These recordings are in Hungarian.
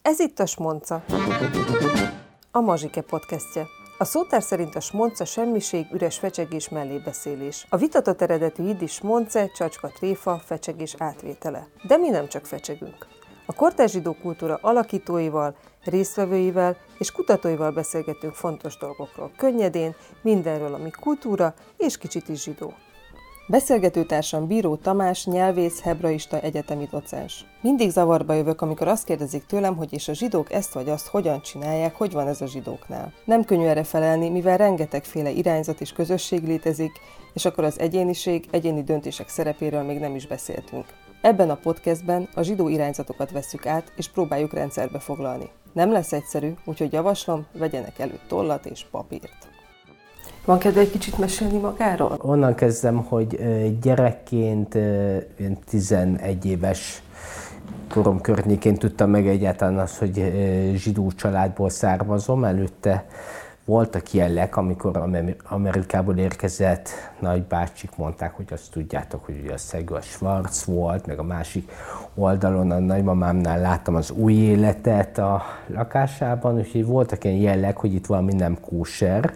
Ez itt a Smonca, a Mazsike podcastje. A szótár szerint a smonca semmiség, üres fecsegés, mellébeszélés. A vitatott eredetű jiddis smonce, csacska, tréfa, fecsegés átvétele. De mi nem csak fecsegünk. A kortárs zsidó kultúra alakítóival, résztvevőivel és kutatóival beszélgetünk fontos dolgokról. Könnyedén, mindenről, ami kultúra és kicsit is zsidó. Beszélgetőtársam Bíró Tamás, nyelvész, hebraista, egyetemi docens. Mindig zavarba jövök, amikor azt kérdezik tőlem, hogy és a zsidók ezt vagy azt hogyan csinálják, hogy van ez a zsidóknál. Nem könnyű erre felelni, mivel rengetegféle irányzat és közösség létezik, és akkor az egyéniség, egyéni döntések szerepéről még nem is beszéltünk. Ebben a podcastben a zsidó irányzatokat vesszük át, és próbáljuk rendszerbe foglalni. Nem lesz egyszerű, úgyhogy javaslom, vegyenek elő tollat és papírt. Van kedve egy kicsit mesélni magáról? Onnan kezdem, hogy gyerekként, 11 éves korom környékén tudtam meg egyáltalán azt, hogy zsidó családból származom. Előtte voltak jelek, amikor Amerikából érkezett nagybácsik mondták, hogy azt tudjátok, hogy ugye a szegő a Schwarz volt, meg a másik oldalon a nagymamámnál láttam az új életet a lakásában, úgyhogy voltak ilyen jelek, hogy itt valami nem kóser.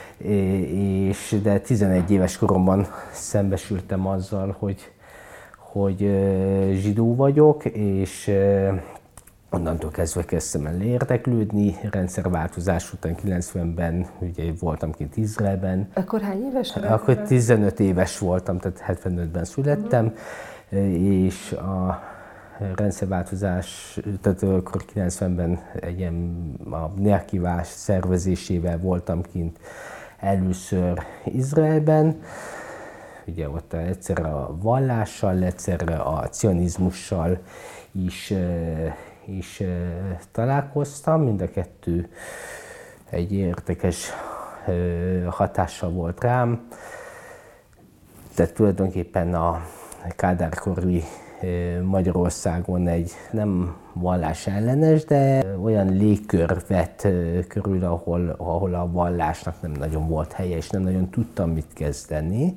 De 11 éves koromban szembesültem azzal, hogy zsidó vagyok, és onnantól kezdve kezdtem el érdeklődni. Rendszerváltozás után 90-ben ugye voltam kint Izraelben. Akkor hány éves? Akkor 15 éves voltam, tehát 75-ben születtem, és a rendszerváltozás, tehát akkor 90-ben egy ilyen a Nerkivás szervezésével voltam kint először Izraelben, ugye ott egyszerre a vallással, egyszerre a cionizmussal is találkoztam, mind a kettő egy érdekes hatással volt rám. Tehát tulajdonképpen a Kádár-kori Magyarországon egy nem vallás ellenes, de olyan légkör vett körül, ahol a vallásnak nem nagyon volt helye, és nem nagyon tudtam mit kezdeni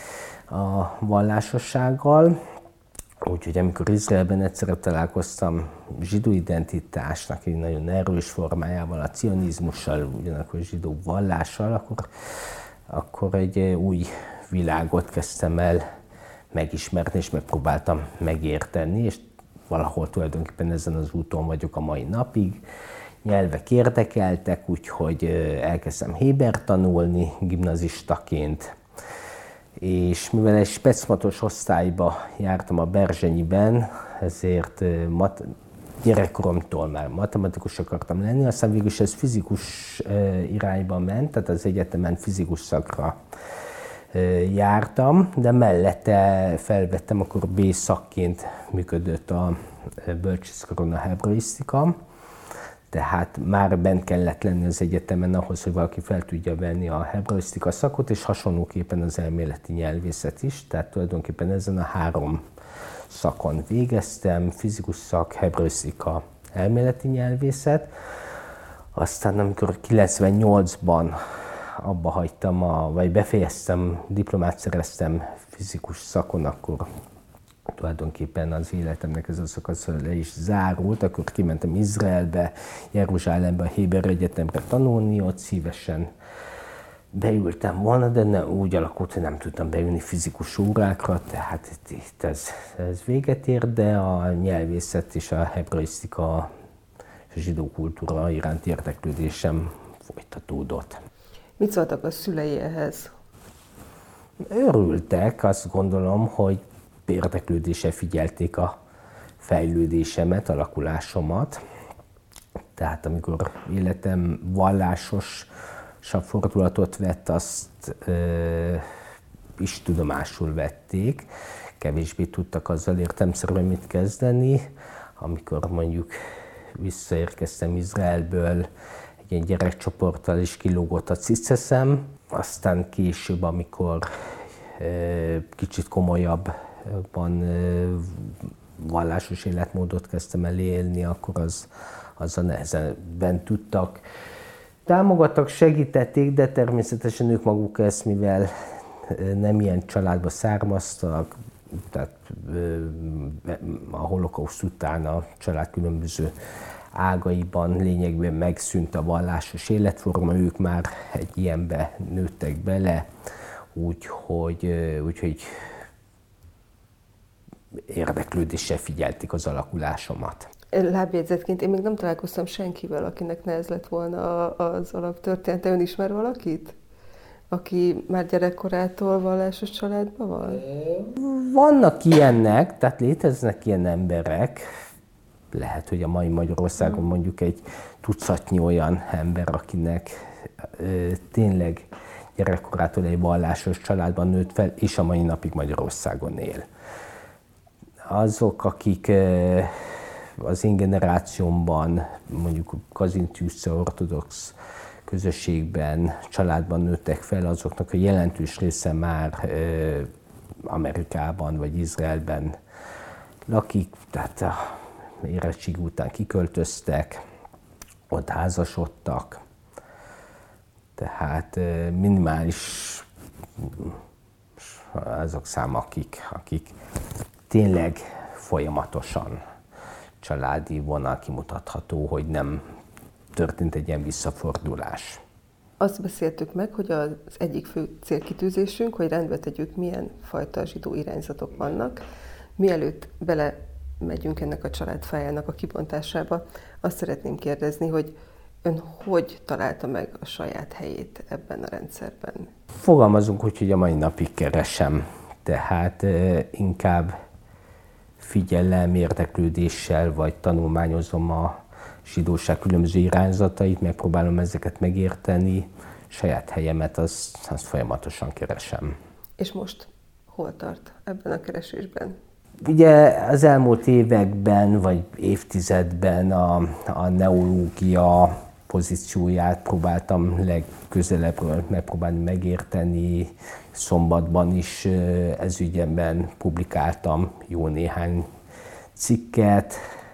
a vallásossággal. Úgyhogy amikor Izraelben egyszerre találkoztam zsidó identitásnak egy nagyon erős formájával, a cionizmussal, ugyanakkor zsidó vallással, akkor egy új világot kezdtem el megismerni, és megpróbáltam megérteni, és valahol tulajdonképpen ezen az úton vagyok a mai napig. Nyelvek érdekeltek, úgyhogy elkezdtem héber tanulni gimnazistaként, és mivel egy specmatos osztályba jártam a Berzsenyiben, ezért gyerekkoromtól már matematikus akartam lenni, aztán végül is ez fizikus irányba ment, tehát az egyetemen fizikus szakra jártam, de mellette felvettem, akkor B szakként működött a bölcsészkaron a hebraisztika, tehát már bent kellett lenni az egyetemen ahhoz, hogy valaki fel tudja venni a hebraisztika szakot, és hasonlóképpen az elméleti nyelvészet is, tehát tulajdonképpen ezen a 3 szakon végeztem, fizikus szak, hebraisztika, elméleti nyelvészet. Aztán amikor 98-ban abba hagytam, vagy befejeztem, diplomát szereztem fizikus szakon, akkor tulajdonképpen az életemnek ez a szakasz le is zárult, akkor kimentem Izraelbe, Jeruzsálembe, a Héber Egyetemre tanulni, ott szívesen beültem volna, de úgy alakult, hogy nem tudtam beülni fizikus órákra, tehát itt ez véget ér, de a nyelvészet és a hebraisztika és a zsidó kultúra iránti érdeklődésem folytatódott. Mit szóltak a szülei ehhez? Örültek, azt gondolom, hogy érdeklődéssel figyelték a fejlődésemet, alakulásomat. Tehát amikor életem vallásosabb fordulatot vett, azt is tudomásul vették. Kevésbé tudtak azzal értelemszerűen mit kezdeni. Amikor mondjuk visszaérkeztem Izraelből, egy ilyen gyerekcsoporttal is kilógott a ciceszem. Aztán később, amikor kicsit komolyabban vallásos életmódot kezdtem el élni, akkor azzal nehezebben tudtak. Támogattak, segítették, de természetesen ők maguk ezt, mivel nem ilyen családba származtak, tehát a holokauszt után a család különböző ágaiban lényegben megszűnt a vallásos életforma, ők már egy ilyenbe nőttek bele, úgyhogy érdeklődéssel figyelték az alakulásomat. Lábjegyzetként én még nem találkoztam senkivel, akinek ne ez lett volna az alaptörténete. Ön ismer valakit, aki már gyerekkorától vallásos családban van? Vannak ilyenek, tehát léteznek ilyen emberek. Lehet, hogy a mai Magyarországon mondjuk egy tucatnyi olyan ember, akinek tényleg gyerekkorától egy vallásos családban nőtt fel, és a mai napig Magyarországon él. Azok, akik az én generációmban, mondjuk Kazinti-utca ortodox közösségben, családban nőttek fel, azoknak a jelentős része már Amerikában vagy Izraelben lakik, tehát a érettség után kiköltöztek, ott házasodtak, tehát minimális azok száma, akik tényleg folyamatosan családi vonal kimutatható, hogy nem történt egy ilyen visszafordulás. Azt beszéltük meg, hogy az egyik fő célkitűzésünk, hogy rendbe tegyük, milyen fajta zsidó irányzatok vannak. Mielőtt belemegyünk ennek a családfájának a kibontásába, azt szeretném kérdezni, hogy ön hogy találta meg a saját helyét ebben a rendszerben? Fogalmazunk úgy, hogy a mai napig keresem, tehát inkább figyelem, érdeklődéssel, vagy tanulmányozom a zsidóság különböző irányzatait, megpróbálom ezeket megérteni, saját helyemet azt folyamatosan keresem. És most hol tart ebben a keresésben? Ugye az elmúlt években, vagy évtizedben a neológia pozícióját próbáltam legközelebbről megpróbálni megérteni. Szombatban is ez ügyben publikáltam jó néhány cikket,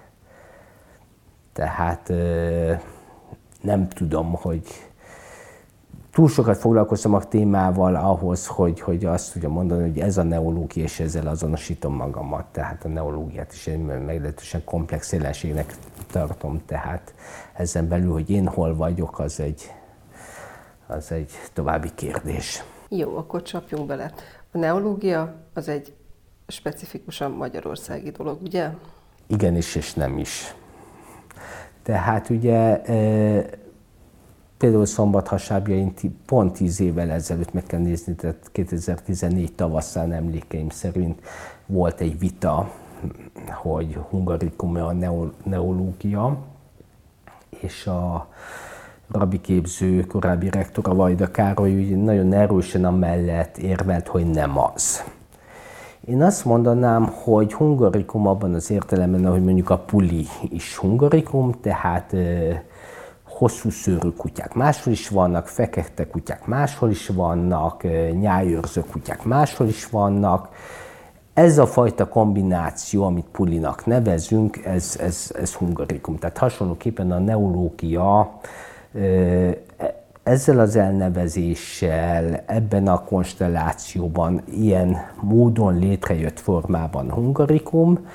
tehát nem tudom, hogy túl sokat foglalkoztam a témával ahhoz, hogy azt tudjam mondani, hogy ez a neológia, és ezzel azonosítom magamat. Tehát a neológiát is egy meglehetősen komplex jelenségnek tartom, tehát ezen belül, hogy én hol vagyok, az egy további kérdés. Jó, akkor csapjunk bele. A neológia az egy specifikusan magyarországi dolog, ugye? Igenis és nem is. Tehát ugye például Szombathasábjain pont 10 évvel ezelőtt meg kell nézni, tehát 2014 tavaszán emlékeim szerint volt egy vita, hogy hungarikum-e a neológia, és a rabiképző korábbi rektora Vajda Károly nagyon erősen amellett érvelt, hogy nem az. Én azt mondanám, hogy hungarikum abban az értelemben, hogy mondjuk a puli is hungarikum, tehát hosszú szőrű kutyák máshol is vannak, fekete kutyák máshol is vannak, nyájőrző kutyák máshol is vannak. Ez a fajta kombináció, amit pulinak nevezünk, ez hungarikum. Tehát hasonlóképpen a neológia ezzel az elnevezéssel, ebben a konstellációban, ilyen módon létrejött formában hungarikum.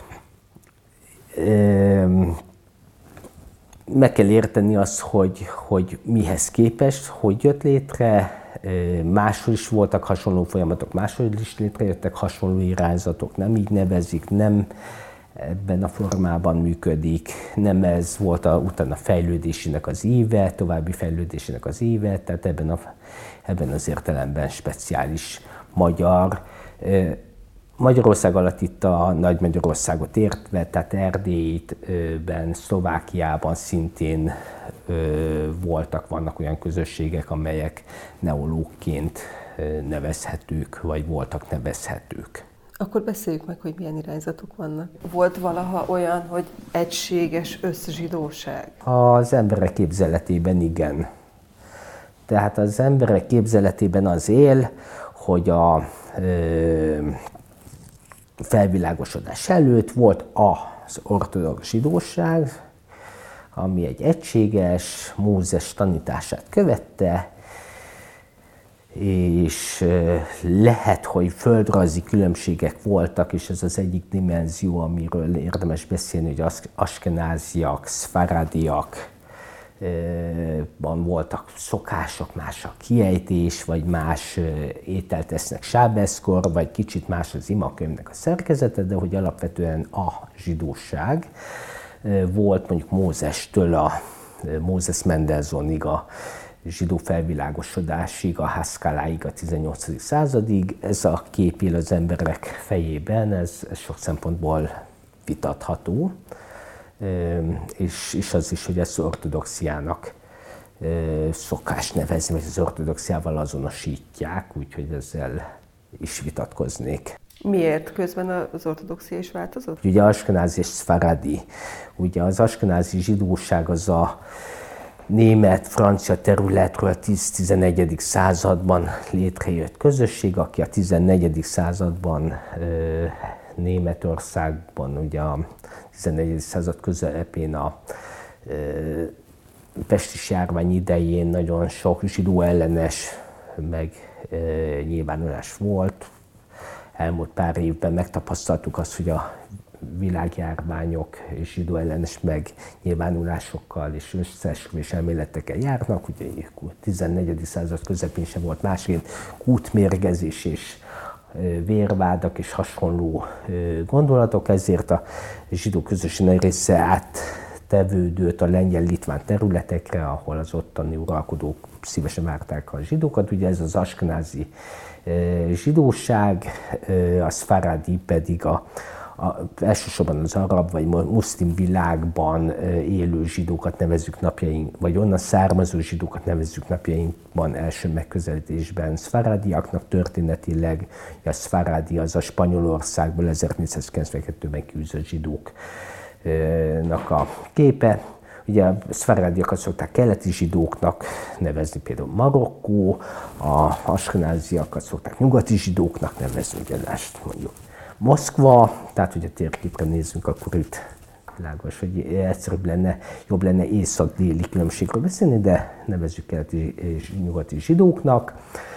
Meg kell érteni azt, hogy mihez képest, hogy jött létre, máshol is voltak hasonló folyamatok, máshol is létrejöttek hasonló irányzatok, nem így nevezik, nem ebben a formában működik, nem ez volt utána fejlődésének az íve, további fejlődésének az íve, tehát ebben az értelemben speciális magyar. Magyarország alatt itt a Nagy Magyarországot értve, tehát Erdélyben, Szlovákiában szintén vannak olyan közösségek, amelyek neológként nevezhetők, vagy voltak nevezhetők. Akkor beszéljük meg, hogy milyen irányzatok vannak. Volt valaha olyan, hogy egységes összzsidóság? Az emberek képzeletében igen. Tehát az emberek képzeletében az él, hogy a felvilágosodás előtt volt az ortodox zsidóság, ami egy egységes, Mózes tanítását követte, és lehet, hogy földrajzi különbségek voltak, és ez az egyik dimenzió, amiről érdemes beszélni, hogy askenáziak, szfaradiak, voltak szokások, más a kiejtés, vagy más ételt esznek sábeszkor, vagy kicsit más az imakönyvnek a szerkezete, de hogy alapvetően a zsidóság volt mondjuk Mózestől a Mózes Mendelssohnig, a zsidó felvilágosodásig, a Haskaláig, a 18. századig. Ez a kép él az emberek fejében, ez sok szempontból vitatható. És az is, hogy ezt ortodoxiának szokás nevezni, vagy az ortodoxiával azonosítják, úgyhogy ezzel is vitatkoznék. Miért? Közben az ortodoxia is változott? Ugye askenázi és szfaradi. Ugye az askenázi zsidóság az a német-francia területről 10-11. Században létrejött közösség, aki a 14. században Németországban, ugye a 14. század közepén a pestis járvány idején nagyon sok zsidó ellenes megnyilvánulás volt. Elmúlt pár évben megtapasztaltuk azt, hogy a világjárványok és zsidó ellenes megnyilvánulásokkal és összeesküvés elméletekkel járnak. Ugye a 14. század közepén sem volt másként kútmérgezés és vérvádak és hasonló gondolatok, ezért a zsidó közösség nagy része áttevődött a lengyel-litván területekre, ahol az ottani uralkodók szívesen várták a zsidókat. Ugye ez az askenázi zsidóság, a szfaradi pedig elsősorban az arab vagy muszlim világban élő zsidókat nevezzük napjaink, vagy onnan származó zsidókat nevezzük napjainkban első megközelítésben szfaradiaknak történetileg. A szfaradi az a Spanyolországból 1492-ben kiűzött zsidóknak a képe. Ugye a szfaradiakat szokták keleti zsidóknak nevezni, például Marokkó, a askenáziakat szokták nyugati zsidóknak nevezni, ugye mondjuk Moszkva, tehát hogy a térképre nézzünk, akkor itt világos, hogy egyszerűbb lenne, jobb lenne észak-déli különbségről beszélni, de nevezzük keleti és nyugati zsidóknak.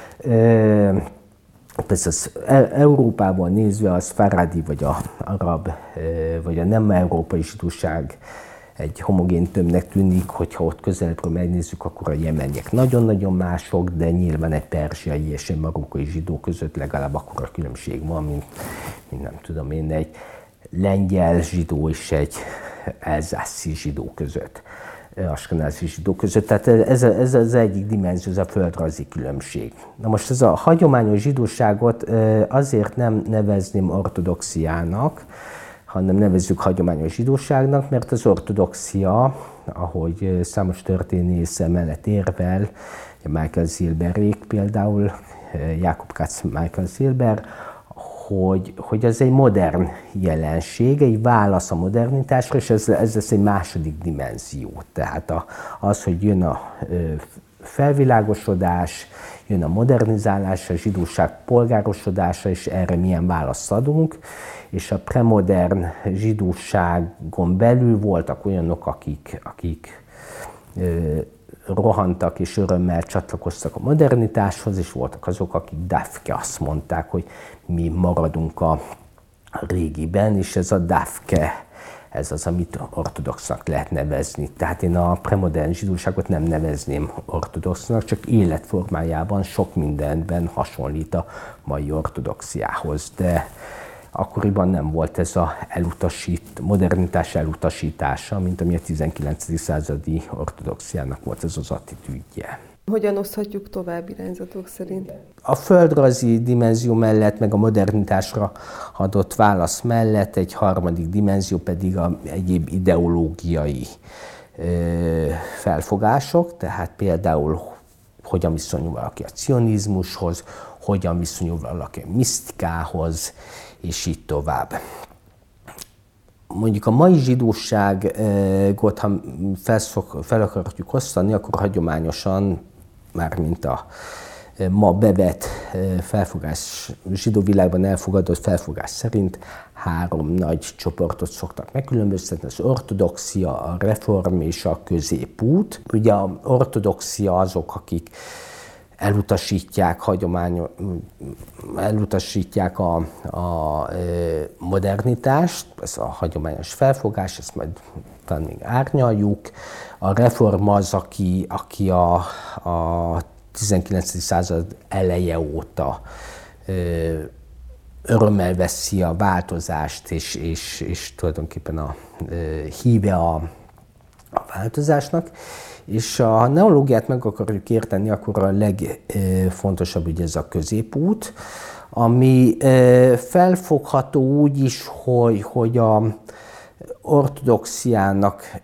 Persze az Európában nézve az szfaradi, vagy az arab, vagy a nem európai zsidóság egy homogén tömbnek tűnik, hogyha ott közelebbről megnézzük, akkor a jemeniek nagyon-nagyon mások, de nyilván egy perzsiai és egy marokkai zsidó között legalább akkora különbség van, mint nem tudom én, egy lengyel zsidó és egy elzászi zsidó között, askenázi zsidó között. Tehát ez az egyik dimenzió, ez a földrajzi különbség. Na most ez a hagyományos zsidóságot azért nem nevezném ortodoxiának, hanem nevezzük hagyományos zsidóságnak, mert az ortodoxia, ahogy számos történész mellett érvel, Michael Silberék például, Jakob Katz, Michael Silber, hogy ez egy modern jelenség, egy válasz a modernitásra, és ez lesz egy második dimenzió. Tehát az, hogy jön a felvilágosodás, jön a modernizálás, a zsidóság polgárosodása, és erre milyen választ adunk. És a premodern zsidóságon belül voltak olyanok, akik rohantak és örömmel csatlakoztak a modernitáshoz, és voltak azok, akik dafke azt mondták, hogy mi maradunk a régiben, és ez a dafke, ez az, amit ortodoxnak lehet nevezni. Tehát én a premodern zsidóságot nem nevezném ortodoxnak, csak életformájában sok mindenben hasonlít a mai ortodoxiához, de akkoriban nem volt ez a modernitás elutasítása, mint ami a 19. századi ortodoxiának volt ez az attitűdje. Hogyan oszthatjuk tovább irányzatok szerint? A földrajzi dimenzió mellett, meg a modernitásra adott válasz mellett egy harmadik dimenzió pedig a egyéb ideológiai felfogások, tehát például hogyan viszonyul valaki a cionizmushoz, hogyan viszonyul valaki a misztikához, és így tovább. Mondjuk a mai zsidóságot, ha fel akarjuk osztani, akkor hagyományosan, mármint a ma bevett felfogás, zsidó világban elfogadott felfogás szerint 3 nagy csoportot szoktak megkülönböztetni, az ortodoxia, a reform és a középút. Ugye az ortodoxia azok, akik elutasítják a modernitást, ez a hagyományos felfogás, ezt majd talán még árnyaljuk. A reform az, aki a 19. század eleje óta örömmel veszi a változást, és tulajdonképpen híve a változásnak. És ha a neológiát meg akarjuk érteni, akkor a legfontosabb ugye ez a középút, ami felfogható úgy is, hogy a ortodoxiának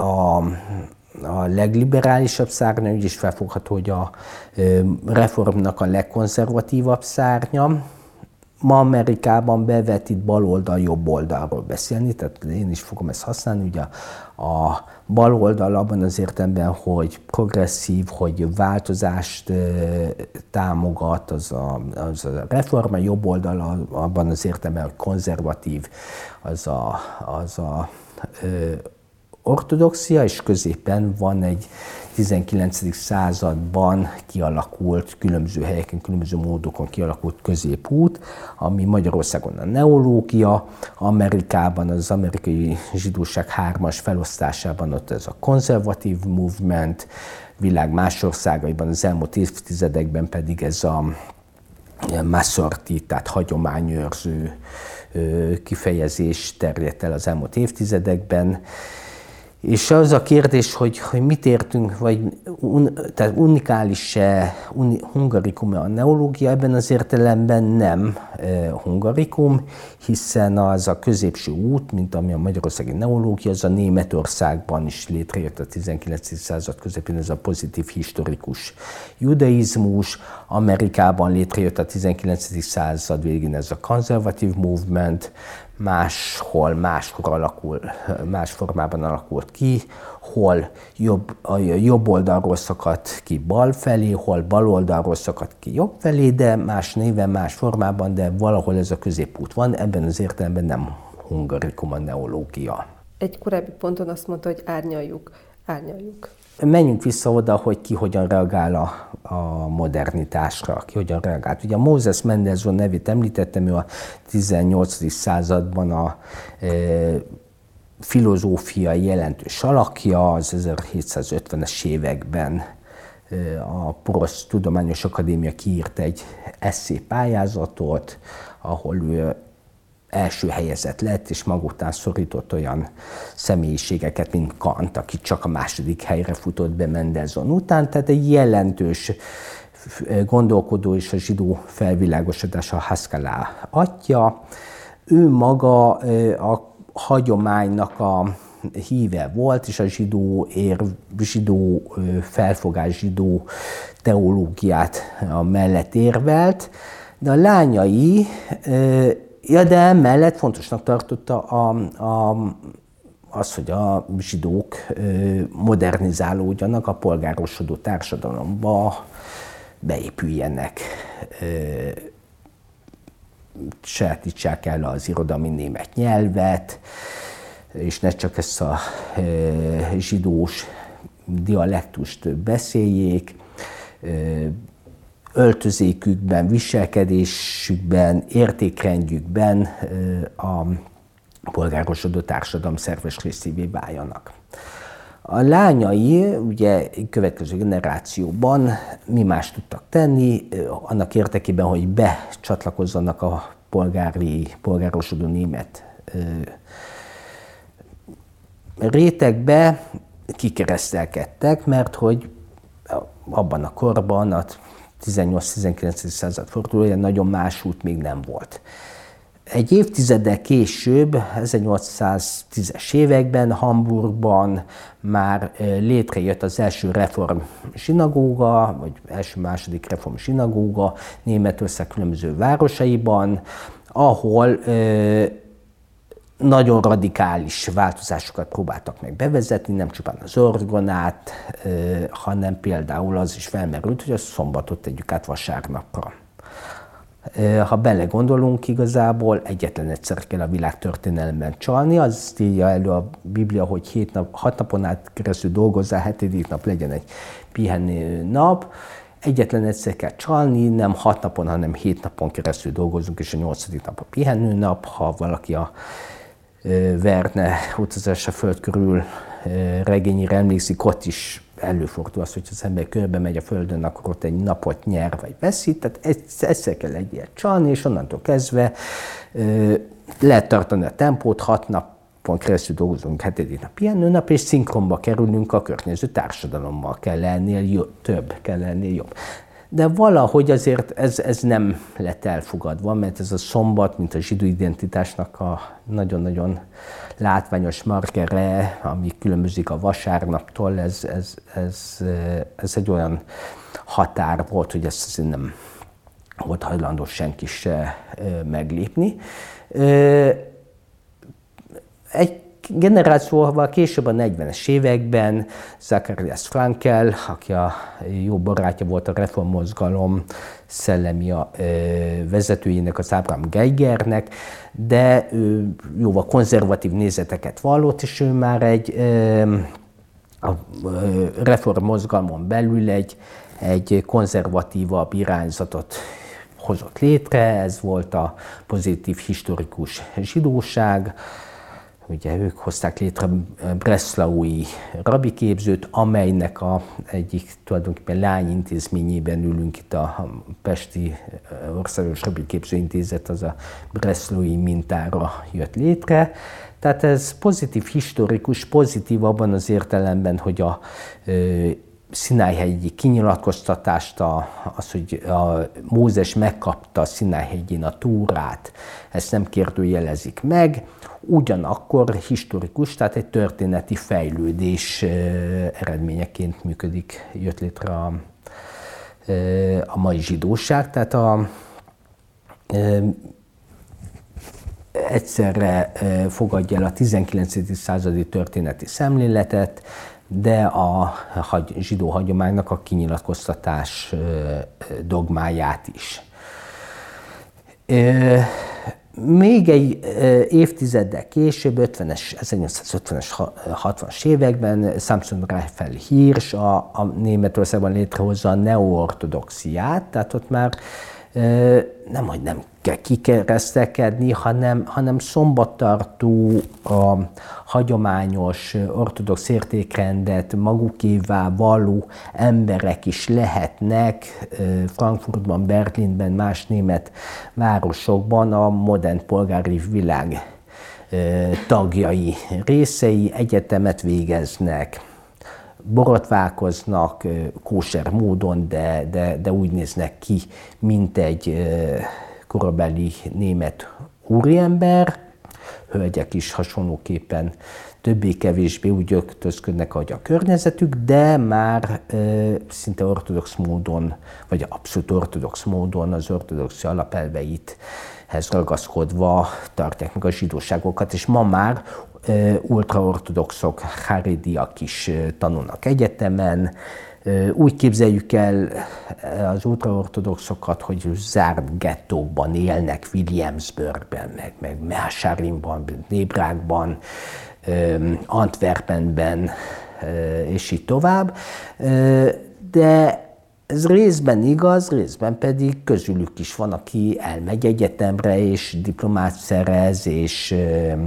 a legliberálisabb szárnya, úgy is felfogható, hogy a reformnak a legkonzervatívabb szárnya. Ma Amerikában bevett itt baloldal, jobb oldalról beszélni, tehát én is fogom ezt használni. Ugye a baloldal abban az értelemben, hogy progresszív, hogy változást támogat, az a reform, a jobb oldal abban az értelemben, hogy konzervatív, az a ortodoxia, és középen van egy 19. században kialakult, különböző helyeken, különböző módokon kialakult középút, ami Magyarországon a neológia, Amerikában, az amerikai zsidóság 3-as felosztásában ott ez a konzervatív movement, világ más országaiban az elmúlt évtizedekben pedig ez a Masorti, tehát hagyományőrző kifejezés terjedt el az elmúlt évtizedekben. És az a kérdés, hogy mit értünk, vagy tehát unikális-e, hungarikum-e a neológia, ebben az értelemben nem hungarikum, hiszen az a középső út, mint ami a magyarországi neológia, az a Németországban is létrejött a 19. század közepén, ez a pozitív historikus judaizmus, Amerikában létrejött a 19. század végén ez a konzervatív movement, máshol más formában alakult ki, hol jobb oldalról szakadt ki bal felé, hol bal oldalról szakadt ki jobb felé, de más néven, más formában, de valahol ez a középút van, ebben az értelemben nem hungarikum a neológia. Egy korábbi ponton azt mondta, hogy árnyaljuk. Menjünk vissza oda, hogy ki hogyan reagál a modernitásra, ki hogyan reagált. Ugye a Moses Mendelssohn nevét említettem, ő a 18. században a filozófiai jelentős alakja, az 1750-es években a Porosz Tudományos Akadémia kiírt egy esszé-pályázatot, ahol ő első helyezett lett, és maga után szorított olyan személyiségeket, mint Kant, aki csak a második helyre futott be Mendelssohn után, tehát egy jelentős gondolkodó és a zsidó felvilágosodás a Haskalah atya. Ő maga a hagyománynak a híve volt, és a zsidó felfogás, zsidó teológiát mellett érvelt, de a lányai de emellett fontosnak tartotta az, hogy a zsidók modernizálódjanak, a polgárosodó társadalomba beépüljenek, sajátítsák el az irodalmi német nyelvet, és ne csak ezt a zsidós dialektust beszéljék, öltözékükben, viselkedésükben, értékrendjükben a polgárosodó társadalom szerves részévé váljanak. A lányai ugye következő generációban mi más tudtak tenni, annak érdekében, hogy becsatlakozzanak a polgárosodó német rétegbe, kikeresztelkedtek, mert hogy abban a korban, a 18-19. század fordulóján nagyon más út még nem volt. Egy évtizeddel később, 1810-es években Hamburgban már létrejött az első reform zsinagóga, vagy első-második reform zsinagóga Németország különböző városaiban, ahol nagyon radikális változásokat próbáltak meg bevezetni, nem csupán az orgonát, hanem például az is felmerült, hogy a szombatot tegyük át vasárnapra. Ha belegondolunk, igazából egyetlen egyszer kell a világtörténelemben csalni, azt írja elő a Biblia, hogy 6 napon át keresztül dolgozzál, 7. nap legyen egy pihenő nap. egyetlen egyszer kell csalni, nem 6 napon, hanem 7 napon keresztül dolgozunk, és a 8. nap a pihenőnap. Ha valaki a Verne Utazás a Föld körül regényére emlékszik, ott is előfordul az, hogy az ember körbe megy a Földön, akkor ott egy napot nyer vagy veszít, tehát egyszer kell egy ilyet csalni, és onnantól kezdve lehet tartani a tempót, 6 napon keresztül dolgozunk, 7. nap pihenőnap, és szinkronba kerülünk a környező társadalommal, kell lennél több, kell lennél jobb. De valahogy azért ez nem lett elfogadva, mert ez a szombat, mint a zsidó identitásnak a nagyon-nagyon látványos markere, ami különbözik a vasárnaptól, ez egy olyan határ volt, hogy ezt azért nem volt hajlandó senki se meglépni. Egy generációval később a 40-es években Zacharias Frankel, aki a jó barátja volt a reformmozgalom szellemi vezetőjének, az Abraham Geigernek, de ő jóval konzervatív nézeteket vallott, és ő már a reformmozgalmon belül egy konzervatívabb irányzatot hozott létre, ez volt a pozitív historikus zsidóság. Ugye ők hozták létre breslaui rabiképzőt, amelynek egyik tulajdonképpen lányintézményében ülünk itt a Pesti Országos Rabiképzőintézet, az a breslaui mintára jött létre. Tehát ez pozitív historikus, pozitív abban az értelemben, hogy a Szinájhegyi kinyilatkoztatást, az, hogy a Mózes megkapta a Szinájhegyén a Tórát, ezt nem kérdőjelezik meg, ugyanakkor historikus, tehát egy történeti fejlődés eredményeként jött létre a mai zsidóság, tehát egyszerre fogadja el a 19. századi történeti szemléletet, de a zsidó hagyománynak a kinyilatkoztatás dogmáját is. Még egy évtizeddel később, 1950-es, 60-as években Samson Raphael Hirsch a Németországban létrehozza a neo-ortodoxiát, tehát ott már nemhogy nem kell kikeresztelkedni, hanem szombattartó, a hagyományos ortodox értékrendet magukévá valló emberek is lehetnek Frankfurtban, Berlinben, más német városokban a modern polgári világ tagjai, részei, egyetemet végeznek, borotválkoznak kóser módon, de úgy néznek ki, mint egy korabeli német úriember. Hölgyek is hasonlóképpen többé-kevésbé úgy öltözködnek, ahogy a környezetük, de már szinte ortodox módon, vagy abszolút ortodox módon az ortodoxia alapelveithez ragaszkodva tartják meg a zsidóságokat, és ma már ultraortodoxok, hárédiak is tanulnak egyetemen. Úgy képzeljük el az ultraortodoxokat, hogy zárt gettókban élnek, Williamsburgben, meg Mehacharimban, Nébrákban, Antwerpenben, és így tovább. De ez részben igaz, részben pedig közülük is van, aki elmegy egyetemre, és diplomát szerez, és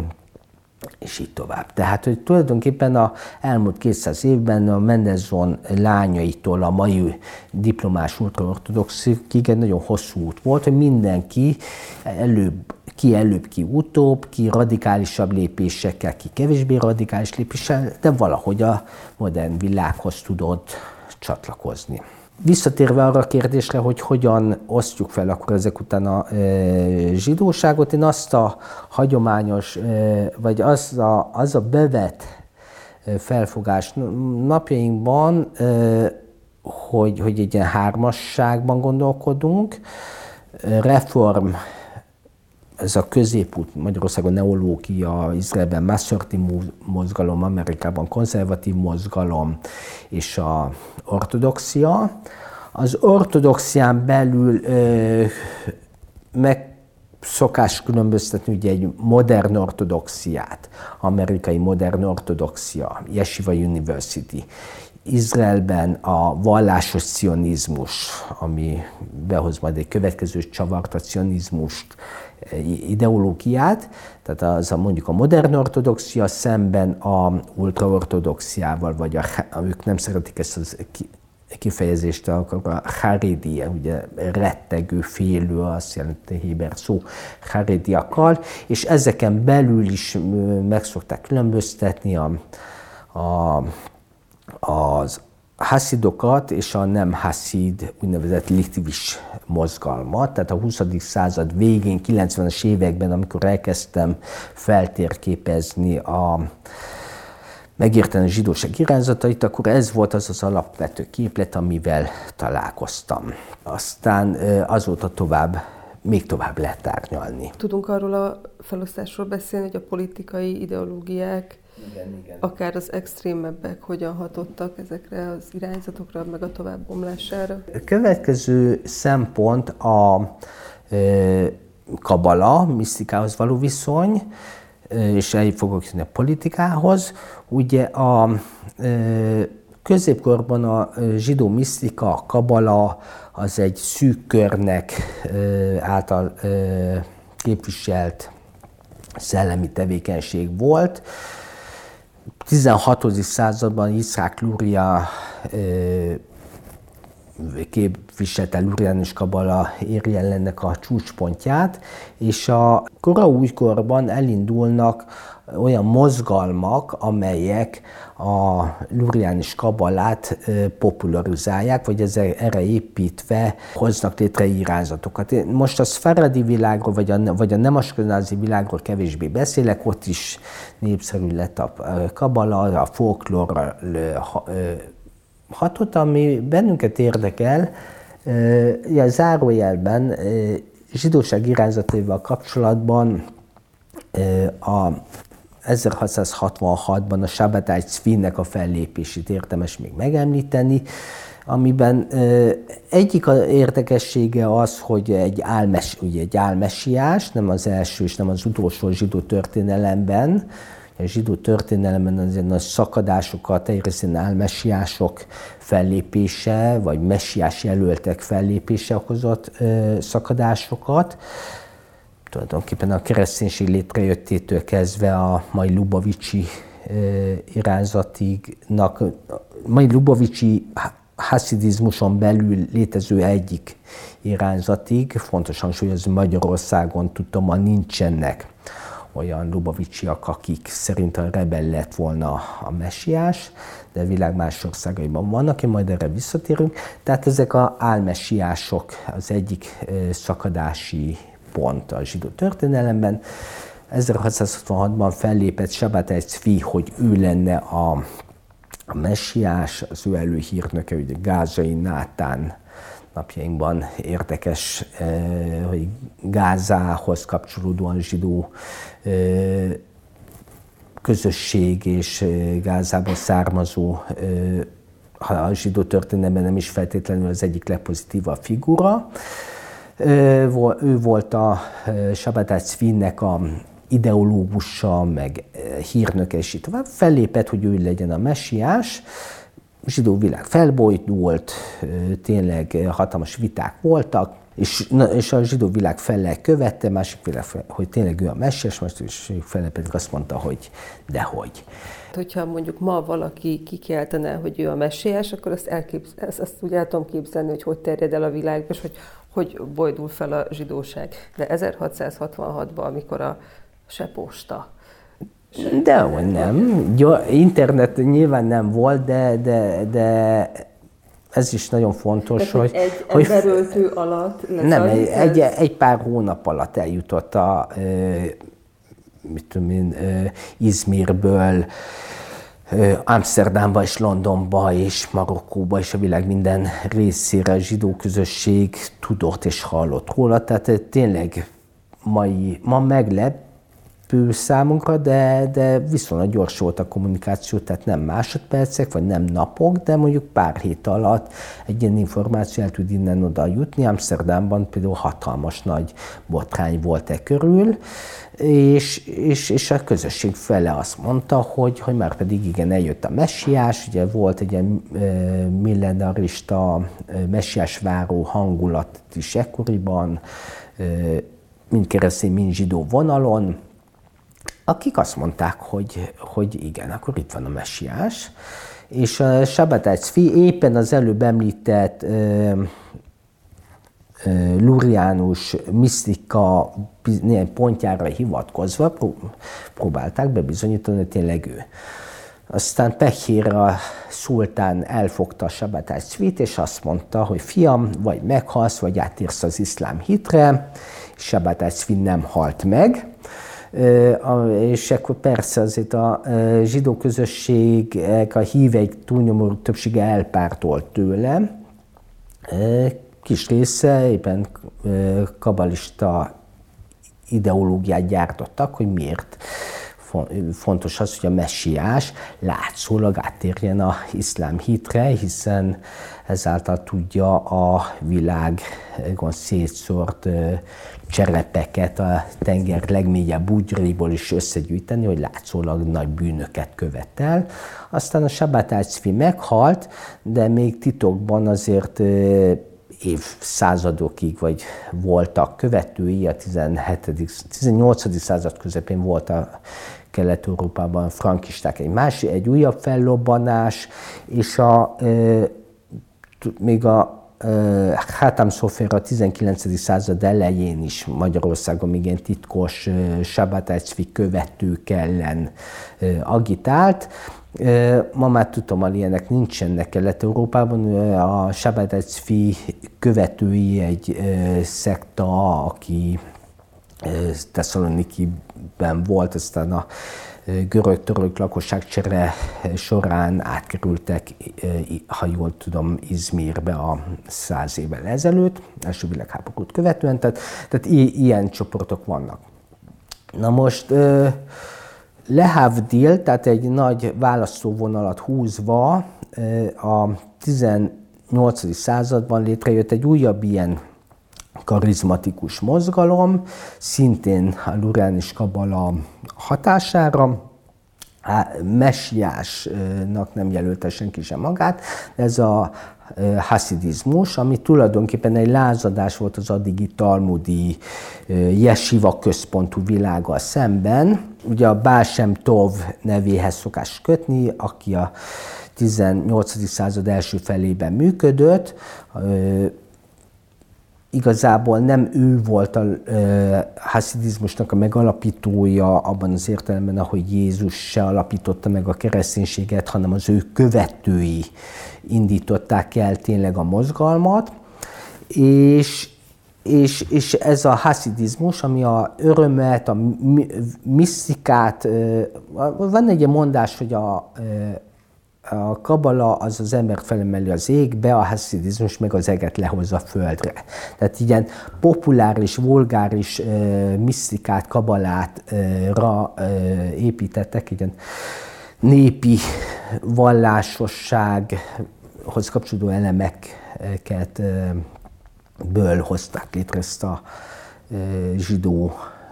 így tovább. Tehát, hogy tulajdonképpen az elmúlt 200 évben a Mendelssohn lányaitól a mai diplomás ultraortodoxig egy nagyon hosszú út volt, hogy mindenki előbb, ki utóbb, ki radikálisabb lépésekkel, ki kevésbé radikális lépéssel, de valahogy a modern világhoz tudott csatlakozni. Visszatérve arra a kérdésre, hogy hogyan osztjuk fel akkor ezek után a zsidóságot, én azt a hagyományos, vagy az a bevett felfogás napjainkban, hogy egy ilyen hármasságban gondolkodunk, reform, ez a középút, Magyarországon neológia, Izraelben Masorti mozgalom, Amerikában konzervatív mozgalom és a ortodoxia. Az ortodoxián belül szokás különböztetni ugye egy modern ortodoxiát, amerikai modern ortodoxia, Yeshiva University, Izraelben a vallásos cionizmus, ami behoz majd egy következő csavart, a cionizmust, ideológiát, tehát az mondjuk a modern ortodoxia szemben a ultraortodoxiával, vagy ők nem szeretik ezt az kifejezést, akkor a haredi, ugye rettegő, félő, azt jelenti héber szó, harediakkal, és ezeken belül is meg szokták különböztetni az haszidokat és a nem haszid úgynevezett lichtvis mozgalmat. Tehát a 20. század végén, 90-es években, amikor elkezdtem feltérképezni megérteni a zsidóság irányzatait, akkor ez volt az az alapvető képlet, amivel találkoztam. Aztán azóta még tovább lehet tárgyalni. Tudunk arról a felosztásról beszélni, hogy a politikai ideológiák, igen. Akár az extrémebbek hogyan hatottak ezekre az irányzatokra, meg a továbbomlására? A következő szempont a kabala, misztikához való viszony, és el fogok jönni a politikához. Ugye a középkorban a zsidó misztika, a kabala, az egy szűk körnek által képviselt szellemi tevékenység volt. 16. században Yitzhak Luria képviselte Luriánus kabala éri el ennek a csúcspontját, és a kora újkorban elindulnak olyan mozgalmak, amelyek a Luriánus kabalát popularizálják, vagy erre építve hoznak létre irányzatokat. Most a szfaradi világról, vagy a nem askenázi világról kevésbé beszélek, ott is népszerű lett a kabala, a folklór hatott, ami bennünket érdekel, a zárójelben zsidóság irányzataival kapcsolatban a 1666-ban a Sabbatai Tzvinek a fellépését érdemes még megemlíteni, amiben egyik érdekessége az, hogy egy álmesiás, nem az első és nem az utolsó zsidó történelemben, a zsidó történelemben azért nagy szakadásokat, egyrészt álmesiások fellépése, vagy messiás jelöltek fellépése okozott szakadásokat. Tulajdonképpen a kereszténység létrejöttétől kezdve a mai Lubavicsi irányzatig, mai Lubavicsi haszidizmuson belül létező egyik irányzatig, fontos hangsúlyozni, Magyarországon tudtommal nincsenek olyan lubavicsiak, akik szerint a rebel lett volna a messiás, de a világ más országaiban vannak, én majd erre visszatérünk. Tehát ezek az álmessiások az egyik szakadási pont a zsidó történelemben. 1666-ban fellépett Sabbatai Tzvi, hogy ő lenne a messiás, az ő előhírnöke, ugye Gázai Nátán, napjainkban érdekes, hogy Gázához kapcsolódóan zsidó közösség és Gázából származó, a zsidó történelemben nem is feltétlenül az egyik legpozitívabb figura. Ő volt a Sabbatai Tzvinek a ideológusa, meg hírnöke, és így tovább. Fellépett, hogy ő legyen a messiás. A zsidó világ felbojdult, tényleg hatalmas viták voltak, és a zsidó világ fele követte, másik világ, hogy tényleg ő a messiás, másik fele pedig azt mondta, hogy dehogy. Hogyha mondjuk ma valaki kikiáltaná, hogy ő a messiás, akkor azt úgy el tudom képzelni, hogy terjed el a világba, és hogy bojdul fel a zsidóság. De 1666-ban, amikor a se posta. Dehogy nem. Internet nyilván nem volt, de ez is nagyon fontos, hogy... Egy emberöltő alatt... Nem, egy pár hónap alatt eljutott Izmirből, Amsterdamba és Londonba és Marokkóba és a világ minden részére a zsidó közösség tudott és hallott róla. Tehát tényleg ma meglep, számunkra, de viszonylag gyors volt a kommunikáció, tehát nem másodpercek, vagy nem napok, de mondjuk pár hét alatt egy ilyen információ el tud innen-oda jutni. Amsterdamban például hatalmas nagy botrány volt körül, és a közösség fele azt mondta, hogy már pedig igen, eljött a messiás, ugye volt egy ilyen millenarista, messiás váró hangulat is ekkoriban, mind keresztény, mind zsidó vonalon, akik azt mondták, hogy igen, akkor itt van a messiás. És a Sabbatai Tzvi éppen az előbb említett luriánus misztika néhány pontjára hivatkozva próbálták bebizonyítani, hogy tényleg ő. Aztán pehére a szultán elfogta a Sabbatai Tzvit, és azt mondta, hogy fiam, vagy meghalsz, vagy átérsz az iszlám hitre. Sabbatai Tzvi nem halt meg. És akkor persze azért a zsidó közösség, a híveik túlnyomó többsége elpártolt tőle. Kis része éppen kabalista ideológiát gyártottak, hogy miért fontos az, hogy a messiás látszólag áttérjen az iszlám hitre, hiszen ezáltal tudja a világon szétszórt cserepeket a tenger legmélyebb bugyraiból is összegyűjteni, hogy látszólag nagy bűnöket követel. Aztán a Sabbatai Tzvi meghalt, de még titokban azért évszázadokig vagy voltak követői, a 18. század közepén volt a Kelet-Európában frankisták egy újabb fellobbanás, és még a Hatam Sofer a 19. század elején is Magyarországon még ilyen titkos Sabbatai Tzvi követők ellen agitált. Ma már tudom, hogy ilyenek nincsenek Kelet-Európában. A Sabbatai Tzvi követői egy szekta, aki Tesszalonikiben volt, aztán a görög-török lakosságcsere során átkerültek, ha jól tudom, Izmirbe a 100 évvel ezelőtt, első világháborút követően, tehát ilyen csoportok vannak. Na most lehavdil, tehát egy nagy választóvonalat húzva a 18. században létrejött egy újabb ilyen karizmatikus mozgalom, szintén a luriánus kabala hatására. Messiásnak nem jelölte senki sem magát, de ez a haszidizmus, ami tulajdonképpen egy lázadás volt az addigi talmudi jesiva központú világgal szemben. Ugye a Baal Shem Tov nevéhez szokás kötni, aki a 18. század első felében működött. Igazából nem ő volt a haszidizmusnak a megalapítója abban az értelemben, ahogy Jézus se alapította meg a kereszténységet, hanem az ő követői indították el tényleg a mozgalmat, és ez a haszidizmus, ami a örömet, a misztikát, van egy mondás, hogy a kabala az az embert felemeli az égbe, a haszidizmus meg az eget lehozza a földre. Tehát ilyen populáris, vulgáris misztikát, kabalátra építettek, ilyen népi vallásossághoz kapcsolódó elemeket ből hozták létre ezt a zsidó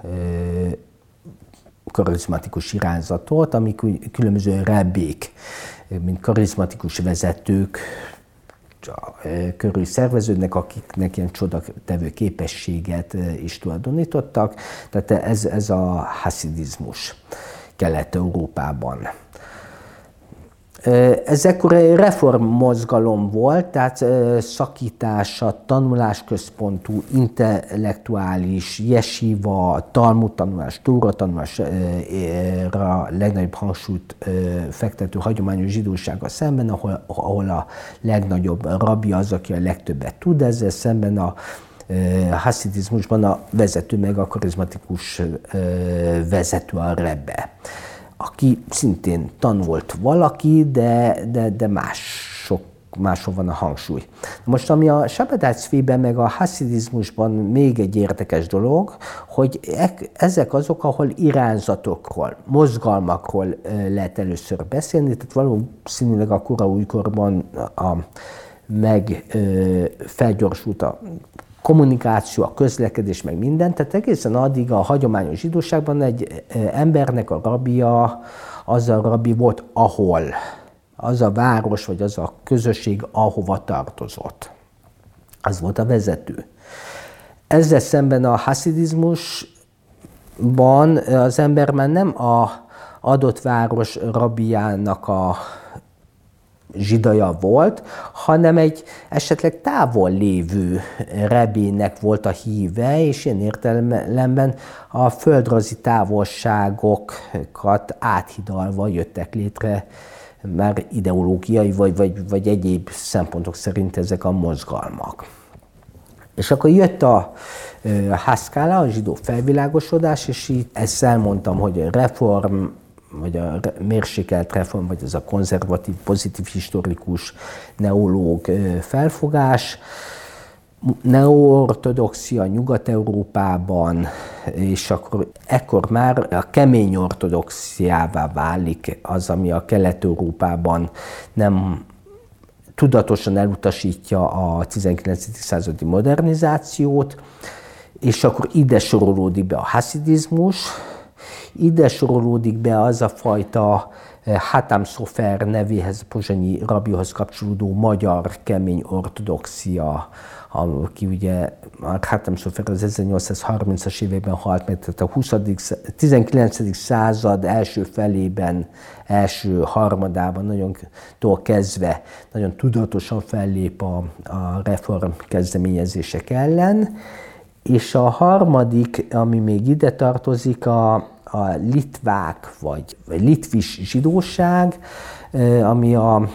karizmatikus irányzatot, amik különböző rabbik, mint karizmatikus vezetők körül szerveződnek, akiknek ilyen csodatevő képességet is tulajdonítottak. Tehát ez a haszidizmus Kelet-Európában. Ez ekkor egy reformmozgalom volt, tehát szakítása, tanulásközpontú, intellektuális, jesiva, talmud tanulás, tóra tanulásra legnagyobb hangsúlyt fektető hagyományos zsidósággal szemben, ahol a legnagyobb rabbi az, aki a legtöbbet tud, ezzel szemben a haszidizmusban a vezető, meg a karizmatikus vezető, a rebbe, aki szintén tanult valaki, de máshol van a hangsúly. Most ami a Sabbatács-Tzviben meg a haszidizmusban még egy érdekes dolog, hogy ezek azok, ahol irányzatokról, mozgalmakról lehet először beszélni, tehát valószínűleg a kora újkorban felgyorsult a kommunikáció, a közlekedés, meg minden, tehát egészen addig a hagyományos zsidóságban egy embernek a rabija, az a rabbi volt, ahol, az a város, vagy az a közösség, ahova tartozott. Az volt a vezető. Ezzel szemben a haszidizmusban az ember már nem a adott város rabbijának a zsidaja volt, hanem egy esetleg távol lévő rebének volt a híve, és ilyen értelemben a földrajzi távolságokat áthidalva jöttek létre már ideológiai vagy egyéb szempontok szerint ezek a mozgalmak. És akkor jött a Haskalah, a zsidó felvilágosodás, és így ezt elmondtam, hogy reform, vagy a mérsékelt reform, vagy ez a konzervatív, pozitív, historikus, neológ felfogás, neoortodoxia Nyugat-Európában, és akkor ekkor már a kemény ortodoxiává válik az, ami a Kelet-Európában nem tudatosan elutasítja a 19. századi modernizációt, és akkor ide sorolódik be a haszidizmus, ide sorolódik be az a fajta Hatam Sofer nevéhez, pozsonyi rabihoz kapcsolódó magyar kemény ortodoxia, aki ugye Hatam Sofer az 1830-as években halt meg, tehát a 19. század első felében, első harmadában nagyon kezdve nagyon tudatosan fellép a reform kezdeményezések ellen, és a harmadik, ami még ide tartozik, a litvák vagy litvis zsidóság, ami a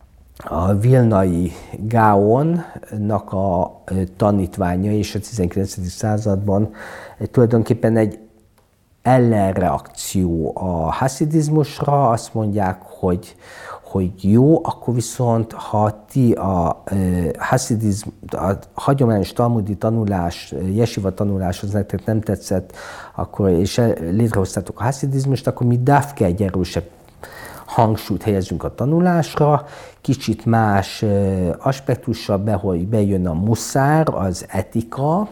vilnai Gaonnak a tanítványa, és a 19. században tulajdonképpen egy ellenreakció a haszidizmusra. Azt mondják, hogy jó, akkor viszont, ha ti a hagyományos talmudi tanulás, jesiva tanuláshoz nektek nem tetszett, akkor, és létrehoztátok a haszidizmust, akkor mi dafke egy erősebb hangsúlyt helyezünk a tanulásra, kicsit más aspektussal bejön a muszár, az etika,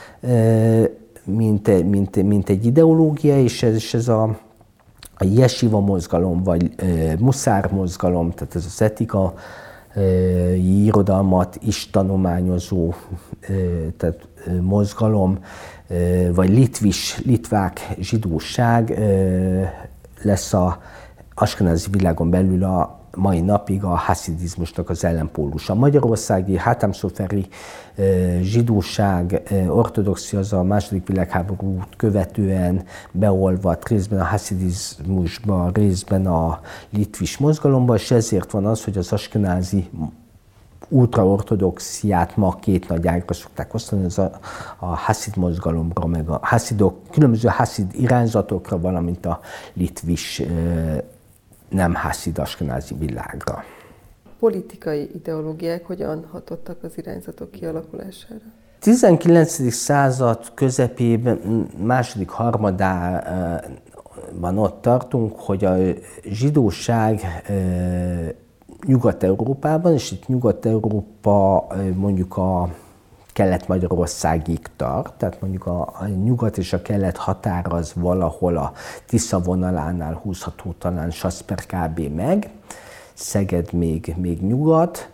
mint egy ideológia, és ez a jesiva mozgalom, vagy muszár mozgalom, tehát ez az etika irodalmat is tanulmányozó tehát mozgalom, vagy litvák zsidóság lesz a askenázi világon belül a mai napig a haszidizmusnak az ellenpólusa. A magyarországi Hatam Soferi zsidóság, ortodoxia az a második világháborút követően beolvadt részben a haszidizmusba, részben a litvis mozgalomba, és ezért van az, hogy az askenázi ultraortodoxiát ma két nagy ágra szokták osztani, az a haszid mozgalomra, meg a haszidok, különböző haszid irányzatokra, valamint a litvis nem haszid askenázi világra. Politikai ideológiák hogyan hatottak az irányzatok kialakulására? 19. század közepében, második harmadában ott tartunk, hogy a zsidóság Nyugat-Európában, és itt Nyugat-Európa mondjuk a Kelet-Magyarországig tart, tehát mondjuk a nyugat és a kelet határ az valahol a Tisza vonalánál húzható, talán Saszper kb. Meg, Szeged még nyugat.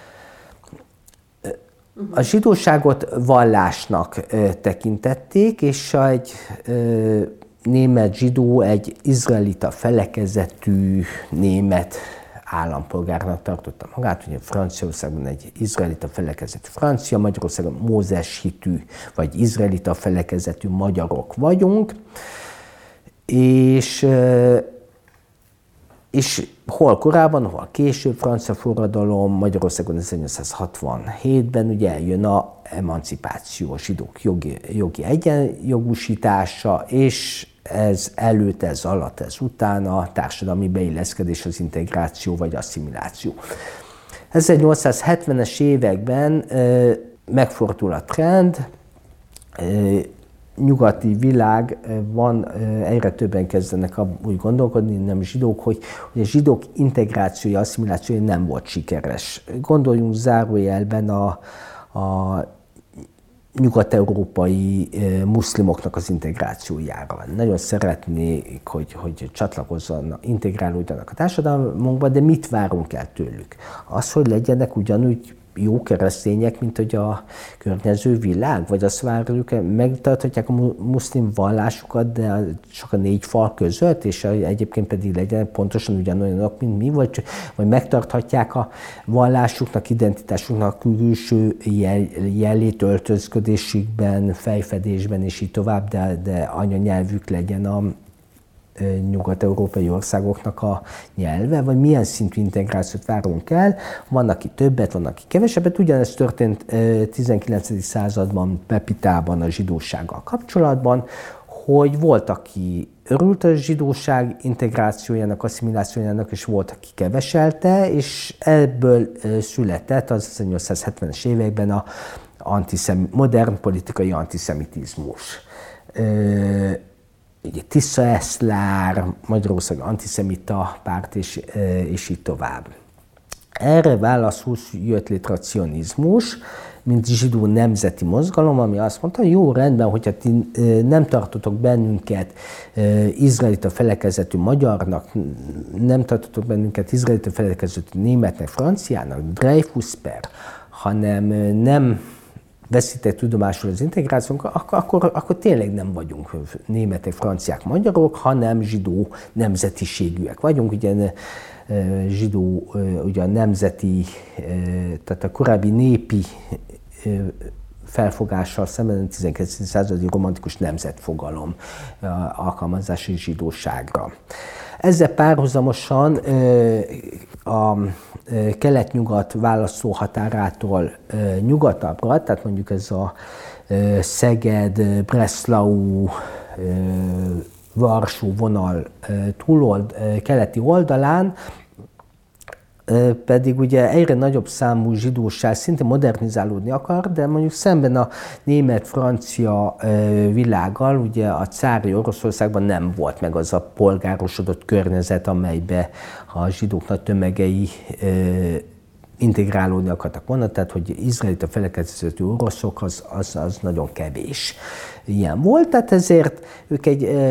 A zsidóságot vallásnak tekintették, és egy német zsidó egy izraelita felekezetű német állampolgárnak tartotta magát, ugye Franciaországban egy izraelita felekezetű francia, Magyarországon Mózes hitű, vagy izraelita felekezetű magyarok vagyunk, és hol korábban, hol később, francia forradalom, Magyarországon 1867-ben ugye eljön a emancipáció, a zsidók jogi egyenjogúsítása, és ez előtt, ez alatt, ez után a társadalmi beilleszkedés, az integráció vagy asszimiláció. 1870-es években megfordul a trend, nyugati világban egyre többen kezdenek úgy gondolkodni, nem zsidók, hogy a zsidók integrációja, asszimilációja nem volt sikeres. Gondoljunk zárójelben a nyugat-európai muszlimoknak az integrációjára. Nagyon szeretnék, hogy csatlakozzanak, integrálódjanak a társadalmunkba, de mit várunk el tőlük? Az, hogy legyenek ugyanúgy jó keresztények, mint hogy a környező világ? Vagy azt várjuk, megtarthatják a muszlim vallásukat, de csak a 4 fal között, és egyébként pedig legyenek pontosan ugyanolyanok, mint mi, vagy megtarthatják a vallásuknak, identitásuknak külső jellét, öltözködésükben, fejfedésben, és így tovább, de anyanyelvük legyen a nyugat-európai országoknak a nyelve, vagy milyen szintű integrációt várunk el. Van, aki többet, van, aki kevesebbet. Ugyanezt történt 19. században Pepitában a zsidósággal kapcsolatban, hogy volt, aki örült a zsidóság integrációjának, asszimilációjának, és volt, aki keveselte, és ebből született az 1870-es években a modern politikai antiszemitizmus. Ugye Tisza Eszlár, Magyarország antiszemita párt, és így tovább. Erre válaszul jött létre a cionizmus, mint zsidó nemzeti mozgalom, ami azt mondta, jó, rendben, hogyha ti nem tartotok bennünket izraelita felekezetű magyarnak, nem tartotok bennünket izraelita felekezetű németnek, franciának, Dreyfus per, hanem nem veszítek tudomásul az integrációnk, akkor tényleg nem vagyunk németek, franciák, magyarok, hanem zsidó nemzetiségűek vagyunk. Ugye zsidó, ugye a nemzeti, tehát a korábbi népi felfogással szemben a 19. századi romantikus nemzetfogalom alkalmazási zsidóságra. Ezzel párhuzamosan a kelet-nyugat választó határától nyugatabbra, tehát mondjuk ez a Szeged, Breslau, Varsó vonal keleti oldalán, pedig ugye egyre nagyobb számú zsidóság szinte modernizálódni akar, de mondjuk szemben a német-francia világgal, ugye a cári Oroszországban nem volt meg az a polgárosodott környezet, amelybe a zsidók nagy tömegei integrálódni akartak volna, tehát hogy izraelita felekezetű oroszok, az nagyon kevés ilyen volt, tehát ezért ők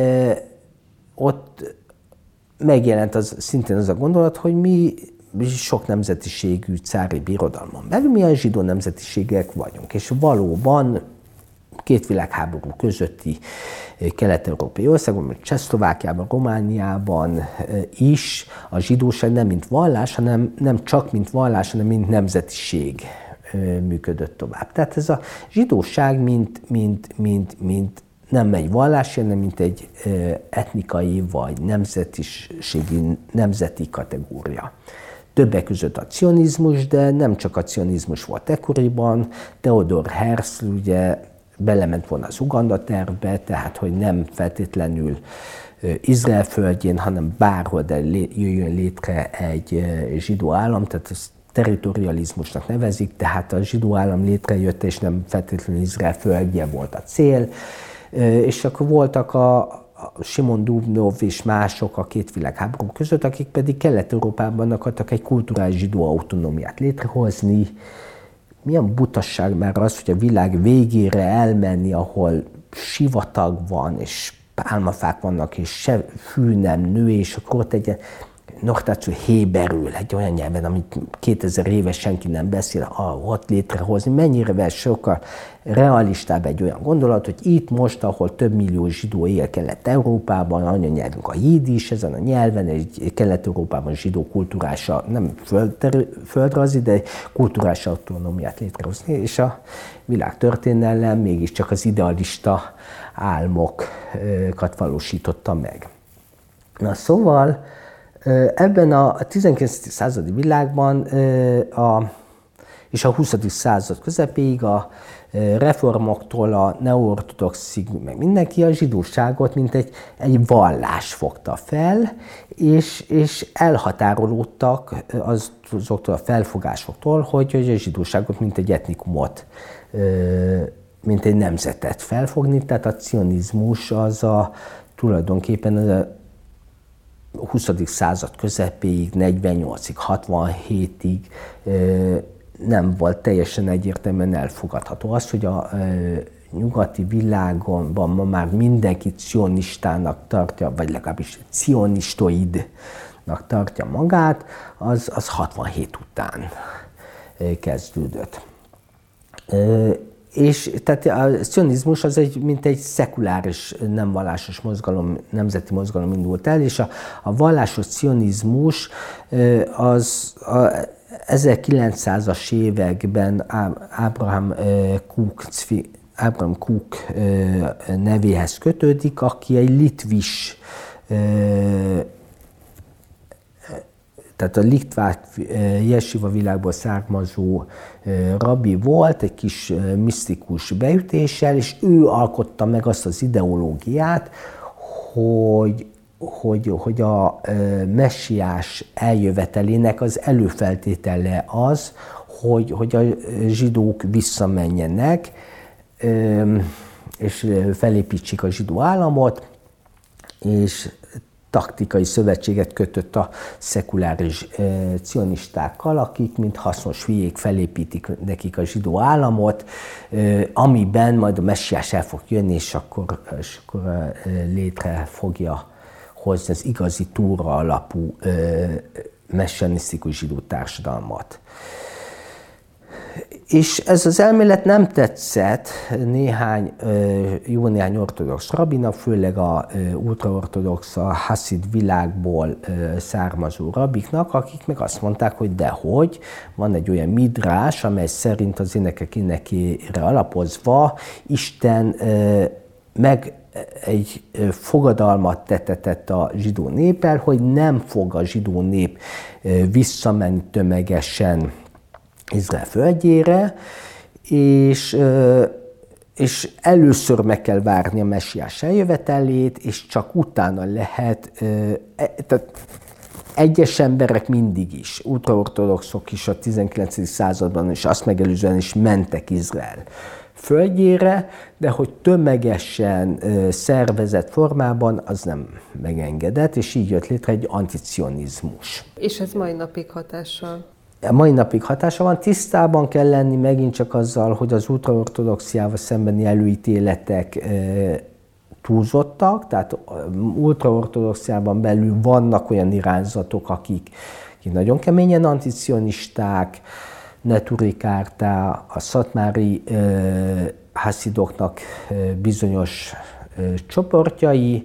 ott megjelent szintén az a gondolat, hogy mi sok nemzetiségű cári birodalmon belül milyen zsidó nemzetiségek vagyunk, és valóban 2 világháború közötti kelet-európai országban, Csehszlovákiában, Romániában is a zsidóság nem mint vallás, hanem nem csak mint vallás, hanem mint nemzetiség működött tovább. Tehát ez a zsidóság mint nem egy vallási, hanem mint egy etnikai vagy nemzetiségi, nemzeti kategória. Többek között a cionizmus, de nem csak a cionizmus volt ekkoriban. Theodor Herzl ugye belement volna az Uganda tervbe, tehát hogy nem feltétlenül Izrael földjén, hanem bárhol, de jöjjön létre egy zsidó állam, tehát ezt territorializmusnak nevezik, tehát a zsidó állam létrejött, és nem feltétlenül Izrael földje volt a cél. És akkor voltak a Simon Dubnov és mások a 2 világháború között, akik pedig Kelet-Európában akartak egy kulturális zsidó autonómiát létrehozni. Milyen butasság már az, hogy a világ végére elmenni, ahol sivatag van, és pálmafák vannak, és se fű nem nő, és akkor ott egy Nortáció héberül, egy olyan nyelven, amit 2000 éve senki nem beszél, ott létrehozni, mennyire sokkal realistább egy olyan gondolat, hogy itt most, ahol több millió zsidó él Kelet-Európában, anyanyelvünk a jiddis, ezen a nyelven, egy Kelet-Európában zsidó kulturása, nem földrajzi, de kulturális autonómiát létrehozni, és a világtörténelem mégiscsak az idealista álmokat valósította meg. Na szóval, ebben a 19. századi világban a és a 20. század közepéig a reformoktól a neoortodoxig, meg mindenki a zsidóságot, mint egy vallás fogta fel, és elhatárolódtak azoktól a felfogásoktól, hogy a zsidóságot mint egy etnikumot, mint egy nemzetet felfogni, tehát a cionizmus az tulajdonképpen a 20. század közepéig, 48-ig, 67-ig nem volt teljesen egyértelműen elfogadható. Az, hogy a nyugati világonban ma már mindenki cionistának tartja, vagy legalábbis cionistoidnak tartja magát, az 67 után kezdődött. És tehát a cionizmus az mint egy szekuláris, nem vallásos mozgalom, nemzeti mozgalom indult el, és a vallásos cionizmus az 1900-as években Abraham Kook nevéhez kötődik, aki egy litvis, tehát a litvák jesiva világból származó rabbi volt, egy kis misztikus beütéssel, és ő alkotta meg azt az ideológiát, hogy a messiás eljövetelének az előfeltétele az, hogy a zsidók visszamenjenek, és felépítsék a zsidó államot, és taktikai szövetséget kötött a szekuláris cionistákkal, akik, mint hasznos hülyék, felépítik nekik a zsidó államot, amiben majd a messiás el fog jönni, és akkor létre fogja hozni az igazi Tóra alapú messianisztikus zsidó társadalmat. És ez az elmélet nem tetszett jó néhány ortodox rabinak, főleg a ultraortodox, a haszid világból származó rabiknak, akik meg azt mondták, hogy dehogy, van egy olyan midrás, amely szerint az énekek énekére alapozva Isten meg egy fogadalmat tetett a zsidó néppel, hogy nem fog a zsidó nép visszamenni tömegesen Izrael földjére, és először meg kell várni a messiás eljövetelét, és csak utána lehet, tehát egyes emberek mindig is, ultraortodoxok is a 19. században, és azt megelőzően is mentek Izrael földjére, de hogy tömegesen, szervezett formában az nem megengedett, és így jött létre egy anticionizmus. És ez mai napig hatással? A mai napig hatása van, tisztában kell lenni megint csak azzal, hogy az ultraortodoxiával szembeni előítéletek túlzottak, tehát ultraortodoxiában belül vannak olyan irányzatok, akik nagyon keményen anticionisták, Neturi Kártá, a szatmári haszidoknak bizonyos csoportjai,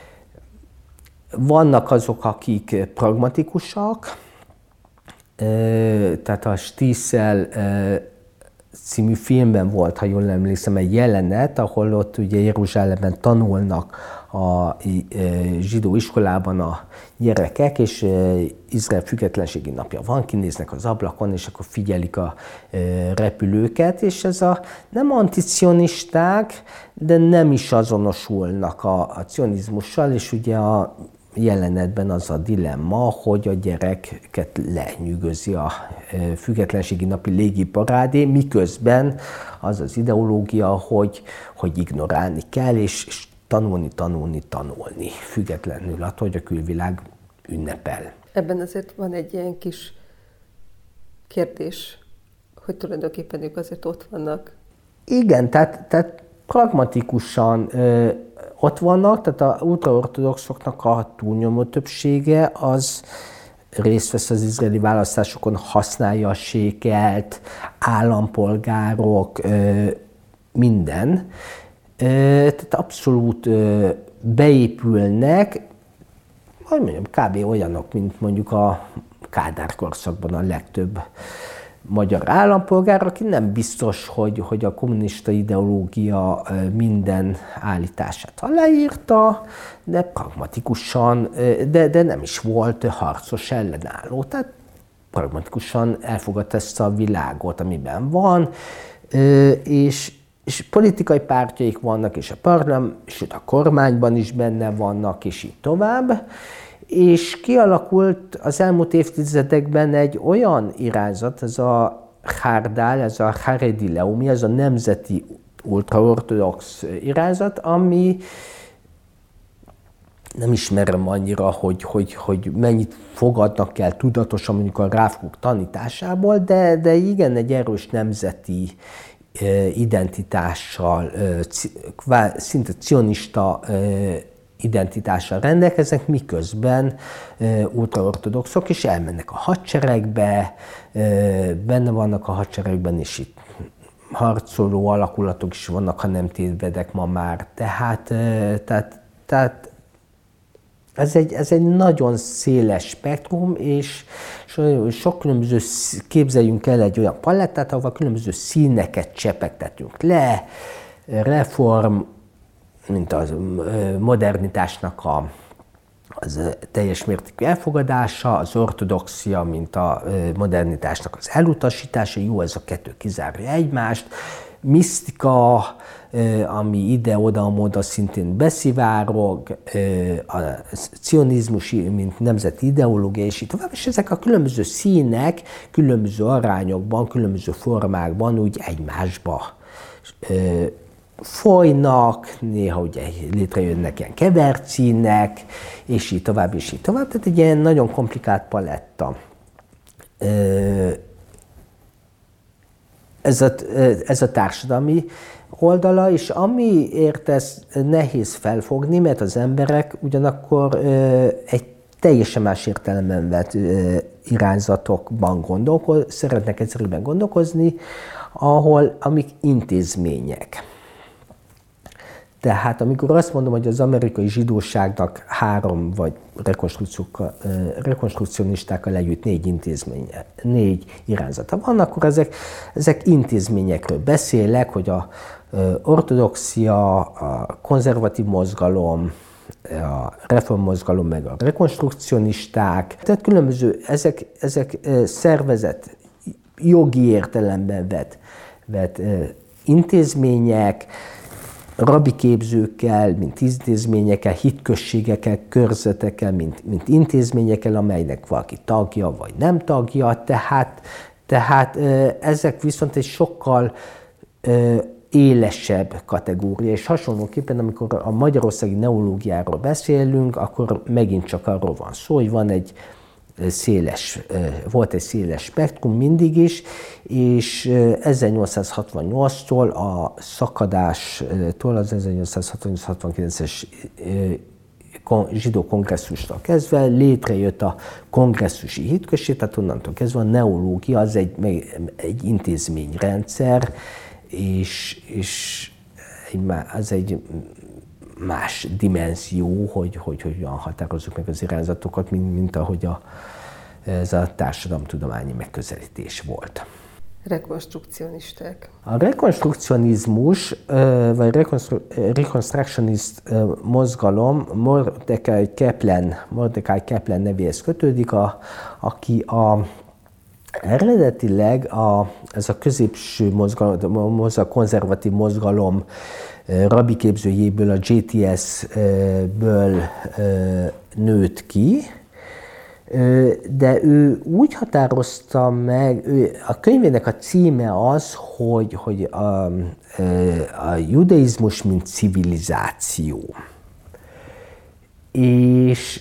vannak azok, akik pragmatikusak, tehát a Stiesel című filmben volt, ha jól emlékszem, egy jelenet, ahol ott ugye Jeruzsálemben tanulnak a zsidó iskolában a gyerekek, és Izrael függetlenségi napja van, kinéznek az ablakon, és akkor figyelik a repülőket, és ez nem anticionisták, de nem is azonosulnak a cionizmussal, és ugye a jelenetben az a dilemma, hogy a gyereket lenyűgözi a függetlenségi napi légiparádé, miközben az az ideológia, hogy ignorálni kell, és tanulni, függetlenül attól, hogy a külvilág ünnepel. Ebben azért van egy ilyen kis kérdés, hogy tulajdonképpen ők azért ott vannak. Igen, tehát pragmatikusan ott vannak, tehát a ultraortodoxoknak a túlnyomó többsége az részt vesz az izraeli választásokon, használja a sékelt, állampolgárok, minden. Tehát abszolút beépülnek, hogy mondjam, kb. Olyanok, mint mondjuk a Kádár korszakban a legtöbb magyar állampolgár, aki nem biztos, hogy a kommunista ideológia minden állítását aláírta, de pragmatikusan, de nem is volt harcos ellenálló. Tehát pragmatikusan elfogadta ezt a világot, amiben van, és politikai pártjaik vannak, és a parlament, sőt a kormányban is benne vannak, és így tovább. És kialakult az elmúlt évtizedekben egy olyan irányzat, ez a Hardal, ez a Haredi Leumi, ez a nemzeti ultraortodox irányzat, ami nem ismerem annyira, hogy mennyit fogadnak el tudatosan mondjuk a Rav Kook tanításából, de igen, egy erős nemzeti identitással, szinte cionista identitással rendelkeznek, miközben ultraortodoxok is elmennek a hadseregbe, benne vannak a hadseregben, és itt harcoló alakulatok is vannak, ha nem tévedek ma már. Tehát ez egy nagyon széles spektrum, és sok különböző, képzeljünk el egy olyan palettát, ahol különböző színeket csepegtetünk le, reform, mint a modernitásnak az teljes mértékű elfogadása, az ortodoxia, mint a modernitásnak az elutasítása, jó, ez a kettő kizárja egymást, misztika, ami ide-oda-moda szintén beszivárog, a cionizmus, mint nemzeti ideológia, és így tovább, és ezek a különböző színek, különböző arányokban, különböző formákban úgy egymásba folynak, néha ugye létrejönnek ilyen kevert színek, és így tovább, és így tovább. Tehát egy ilyen nagyon komplikált paletta. Ez a társadalmi oldala, és amiért ez nehéz felfogni, mert az emberek ugyanakkor egy teljesen más értelemben vett irányzatokban szeretnek egyszerűen gondolkozni, amik intézmények. Tehát amikor azt mondom, hogy az amerikai zsidóságnak 3 vagy rekonstrukcionistákkal együtt 4 irányzata van, akkor ezek intézményekről beszélek, hogy a ortodoxia, a konzervatív mozgalom, a reformmozgalom, meg a rekonstrukcionisták. Tehát különböző, ezek szervezet jogi értelemben vett intézmények, rabbi képzőkkel, mint intézményekkel, hitközségekkel, körzetekkel, mint intézményekkel, amelynek valaki tagja vagy nem tagja. Tehát ezek viszont egy sokkal élesebb kategória, és hasonlóképpen, amikor a magyarországi neológiáról beszélünk, akkor megint csak arról van szó, hogy volt egy széles spektrum mindig is, és 1868-tól a szakadástól, az 1868-69-es zsidó kongresszustól kezdve létrejött a kongresszusi hitközség, tehát onnantól kezdve a neológia az egy intézményrendszer, és az egy más dimenzió, hogy hogyan határozzuk meg az irányzatokat, mint ahogy ez a társadalomtudományi megközelítés volt. Rekonstrukcionisták. A rekonstrukcionizmus, vagy reconstructionist mozgalom Mordecai Kaplan nevéhez kötődik, aki eredetileg ez a középső mozgalom, a konzervatív mozgalom rabbi képzőjéből, a JTS-ből nőtt ki, de ő úgy határozta meg, a könyvének a címe az, hogy a judaizmus mint civilizáció. És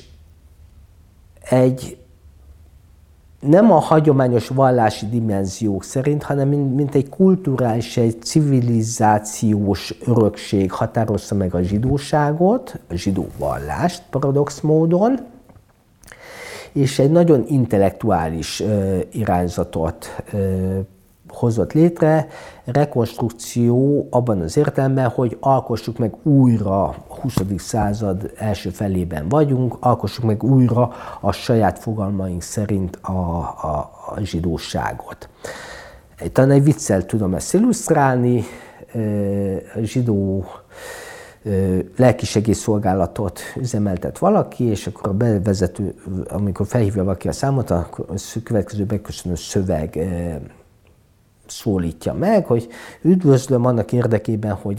nem a hagyományos vallási dimenziók szerint, hanem mint egy kulturális, egy civilizációs örökség határozza meg a zsidóságot, a zsidó vallást paradox módon, és egy nagyon intellektuális irányzatot hozott létre, rekonstrukció abban az értelemben, hogy alkossuk meg újra, a 20. század első felében vagyunk, alkossuk meg újra a saját fogalmaink szerint a zsidóságot. Talán egy viccel tudom ezt illusztrálni, a zsidó lelkisegélyszolgálatot üzemeltet valaki, és akkor a bevezető, amikor felhívja valaki a számot, akkor a következő beköszönő szöveg szólítja meg, hogy üdvözlöm annak érdekében, hogy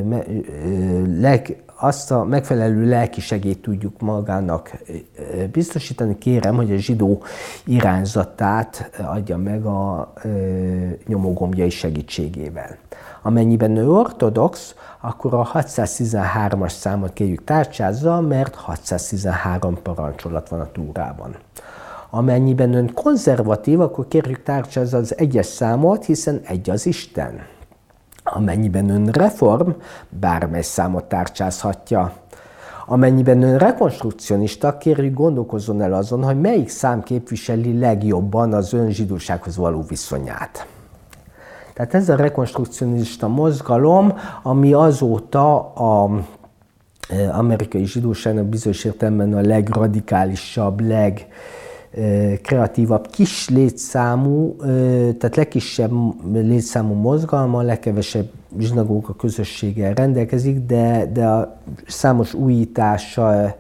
azt a megfelelő lelkisegélyt tudjuk magának biztosítani, kérem, hogy a zsidó irányzatát adja meg a nyomógombjai segítségével. Amennyiben ő ortodox, akkor a 613-as számot kérjük tárcsázza, mert 613 parancsolat van a Tórában. Amennyiben ön konzervatív, akkor kérjük tárcsázza az 1-es számot, hiszen 1 az Isten. Amennyiben ön reform, bármely számot tárcsázhatja. Amennyiben ön rekonstrukcionista, kérjük gondolkozzon el azon, hogy melyik szám képviseli legjobban az ön zsidósághoz való viszonyát. Tehát ez a rekonstrukcionista mozgalom, ami azóta az amerikai zsidóságnak bizonyos értelemben a legradikálisabb, legkreatívabb kis létszámú, tehát legkisebb létszámú mozgalma, legkevesebb zsinagóga közösséggel rendelkezik, de a számos újítása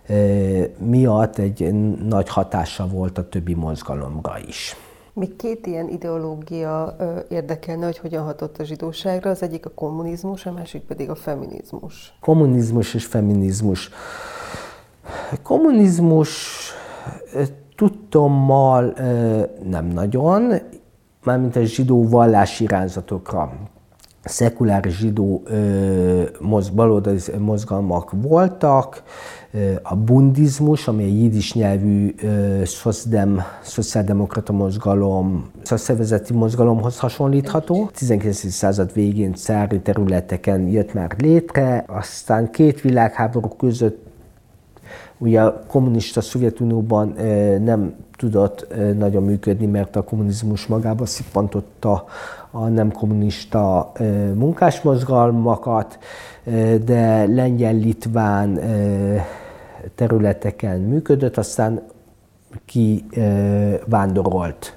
miatt egy nagy hatása volt a többi mozgalomra is. Még 2 ilyen ideológia érdekelne, hogy hogyan hatott a zsidóságra, az egyik a kommunizmus, a másik pedig a feminizmus. Kommunizmus és feminizmus. Kommunizmus tudtommal nem nagyon, mármint a zsidó vallási irányzatokra. Szekuláris zsidó baloldali mozgalmak voltak, a bundizmus, ami egy jiddis nyelvű szociáldemokrata mozgalom, szakszervezeti mozgalomhoz hasonlítható. A 19. század végén cári területeken jött már létre, aztán 2 világháború között ugye a kommunista Szovjetunióban nem tudott nagyon működni, mert a kommunizmus magába szippantotta a nem kommunista munkásmozgalmakat, de lengyel-litván területeken működött, aztán kivándoroltak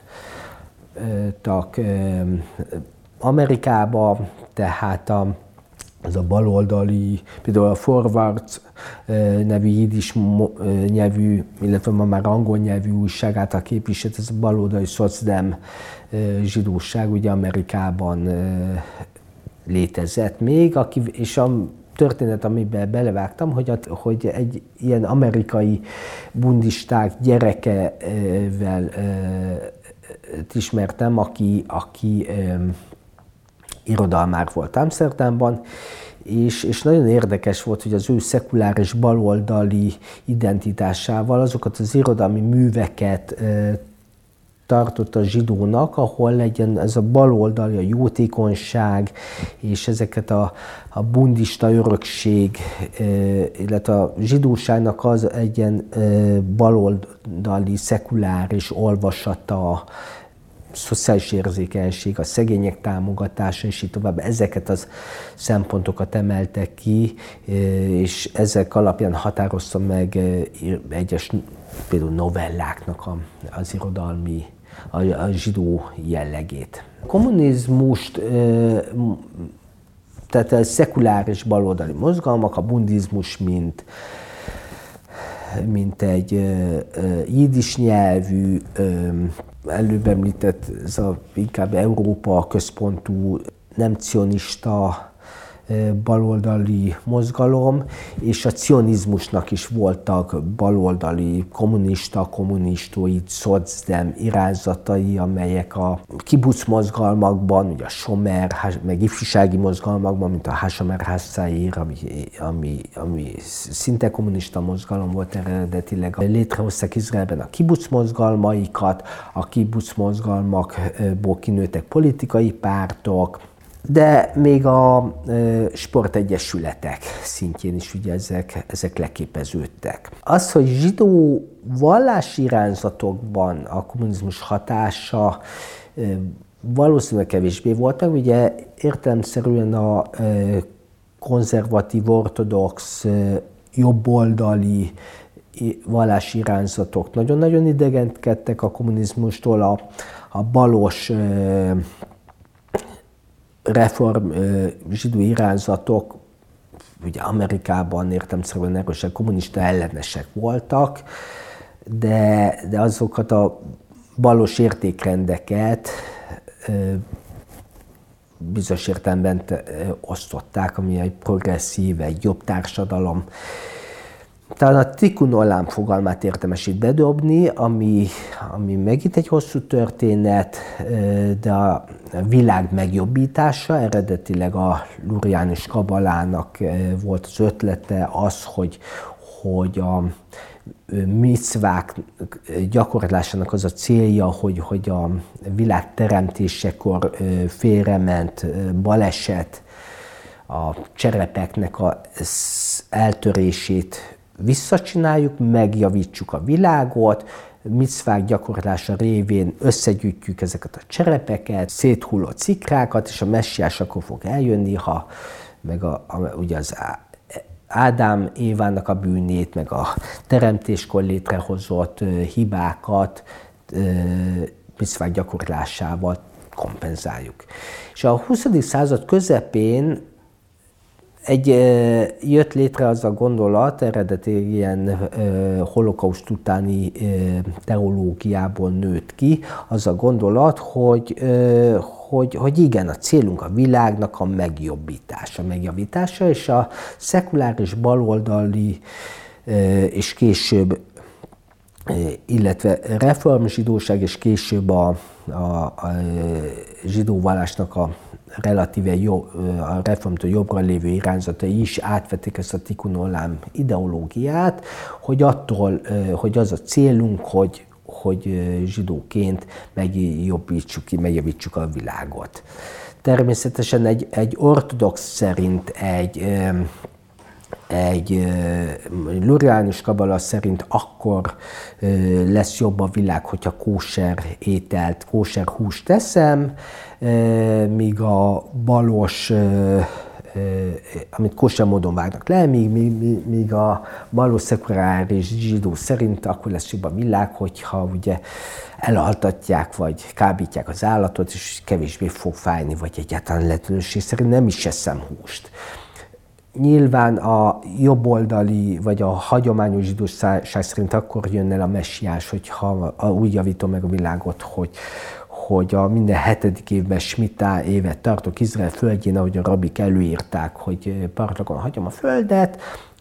Amerikába, tehát az a baloldali, például a Forward nevű jiddis nyelvű, illetve ma már angol nyelvű újság által képviselt, ez a baloldali szocdem zsidóság, ugye Amerikában létezett még, és a történet, amiben belevágtam, hogy egy ilyen amerikai bundisták gyerekevel ismertem, aki irodalmár volt Amsterdamban, és nagyon érdekes volt, hogy az ő szekuláris baloldali identitásával azokat az irodalmi műveket tartott a zsidónak, ahol legyen ez a baloldali, a jótékonyság, és ezeket a bundista örökség, illetve a zsidóságnak az egy ilyen baloldali, szekuláris olvasata, szociális érzékenység, a szegények támogatása, és így tovább. Ezeket az szempontokat emeltek ki, és ezek alapján határozta meg egyes például novelláknak az irodalmi, a zsidó jellegét. A kommunizmust, tehát a szekuláris baloldali mozgalmak, a bundizmus, mint egy jiddis nyelvű, előbb említett, ez inkább Európa központú, nem cionista baloldali mozgalom, és a cionizmusnak is voltak baloldali kommunistoid, szocdem irányzatai, amelyek a kibuc mozgalmakban, ugye a Somer, meg ifjúsági mozgalmakban, mint a Hashomer Hatzair, ami szinte kommunista mozgalom volt eredetileg. Létrehozták Izraelben a kibuc mozgalmaikat, a kibuc mozgalmakból kinőttek politikai pártok, de még a sportegyesületek szintjén is ugye ezek leképeződtek. Az, hogy zsidó vallási irányzatokban a kommunizmus hatása valószínűleg kevésbé volt, meg ugye értelemszerűen a konzervatív, ortodox, jobboldali vallási irányzatok nagyon-nagyon idegenkedtek a kommunizmustól, a balos reform zsidó irányzatok ugye Amerikában értelemszerűen erősen kommunista ellenesek voltak, de azokat a balos értékrendeket bizonyos értelemben osztották, ami egy progresszív, egy jobb társadalom. Talán a Tikhon Olam fogalmát érdemes itt bedobni, ami megint egy hosszú történet, de a világ megjobbítása, eredetileg a luriánus kabalának volt az ötlete az, hogy a micvák gyakorlásának az a célja, hogy a világ teremtésekor félrement baleset, a cserepeknek az eltörését visszacsináljuk, megjavítsuk a világot, micvák gyakorlása révén összegyűjtjük ezeket a cserepeket, széthullott szikrákat, és a messiás akkor fog eljönni, ha meg ugye az Ádám Évának a bűnét, meg a teremtéskor létrehozott hibákat micvák gyakorlásával kompenzáljuk. És a 20. század közepén jött létre az a gondolat, eredetileg ilyen holokauszt utáni teológiából nőtt ki, az a gondolat, hogy igen, a célunk a világnak a megjavítása, és a szekuláris baloldali és később, illetve reformzsidóság és később a zsidóvallásnak a relatíve a reformtól jobbra lévő irányzatai is átvették ezt a Tikhon Olam ideológiát, hogy az a célunk, hogy zsidóként megjavítsuk a világot. Természetesen egy ortodox szerint, egy luriánus kabala szerint akkor lesz jobb a világ, hogyha kóser ételt, kóser húst teszem, míg a balos, amit kóser módon vágnak le, míg a balos szekuláris zsidó szerint akkor lesz jobb a világ, hogyha ugye elaltatják, vagy kábítják az állatot, és kevésbé fog fájni, vagy egyáltalán lehetőség szerint nem is eszem húst. Nyilván a jobboldali, vagy a hagyományos zsidóság szerint akkor jön el a messiás, hogyha úgy javítom meg a világot, hogy a minden 7. évben Smitá évet tartok Izrael földjén, ahogy a rabik előírták, hogy partokon hagyom a földet.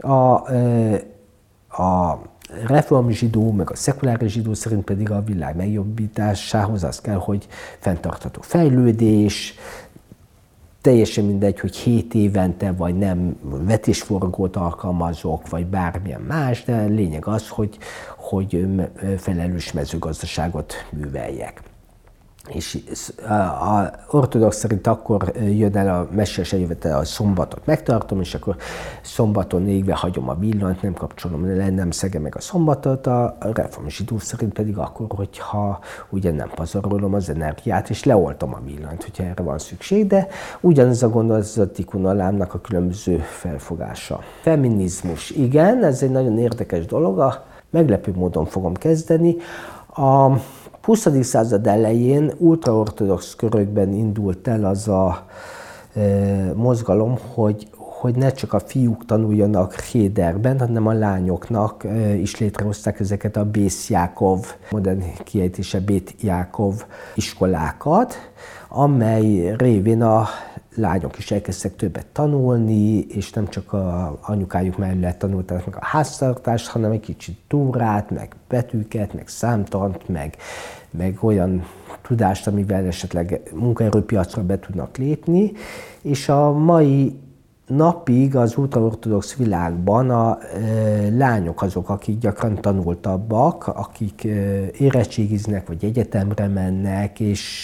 A reformzsidó, meg a szekuláris zsidó szerint pedig a világ megjobbításához az kell, hogy fenntartható fejlődés, teljesen mindegy, hogy 7 évente, vagy nem vetésforgót alkalmazok, vagy bármilyen más, de lényeg az, hogy felelős mezőgazdaságot műveljek. És az ortodox szerint akkor jön el a messiás eljövetel, a szombatot megtartom, és akkor szombaton égve hagyom a villanyt, nem kapcsolom le, nem szegem meg a szombatot, a reformzsidó szerint pedig akkor, hogyha ugye nem pazarolom az energiát, és leoltom a villanyt, hogyha erre van szükség, de ugyanez a gondolat, ez a Tikhon Olamnak a különböző felfogása. Feminizmus, igen, ez egy nagyon érdekes dolog, meglepő módon fogom kezdeni. A 20. század elején ultraortodox körökben indult el az a mozgalom, hogy ne csak a fiúk tanuljanak Héderben, hanem a lányoknak is létrehozták ezeket a Bész Jákov, modern kiejtése Bét Jákov iskolákat, amely révén a lányok is elkezdtek többet tanulni, és nem csak a anyukájuk mellett tanulták meg a háztartást, hanem egy kicsit tórát, meg betűket, meg számtant, meg olyan tudást, amivel esetleg munkaerőpiacra be tudnak lépni, és a mai napig az ultraortodox világban a lányok azok, akik gyakran tanultabbak, akik érettségiznek, vagy egyetemre mennek,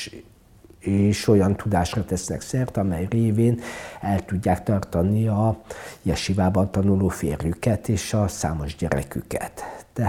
és olyan tudásra tesznek szert, amely révén el tudják tartani a jesivában tanuló férjüket és a számos gyereküket.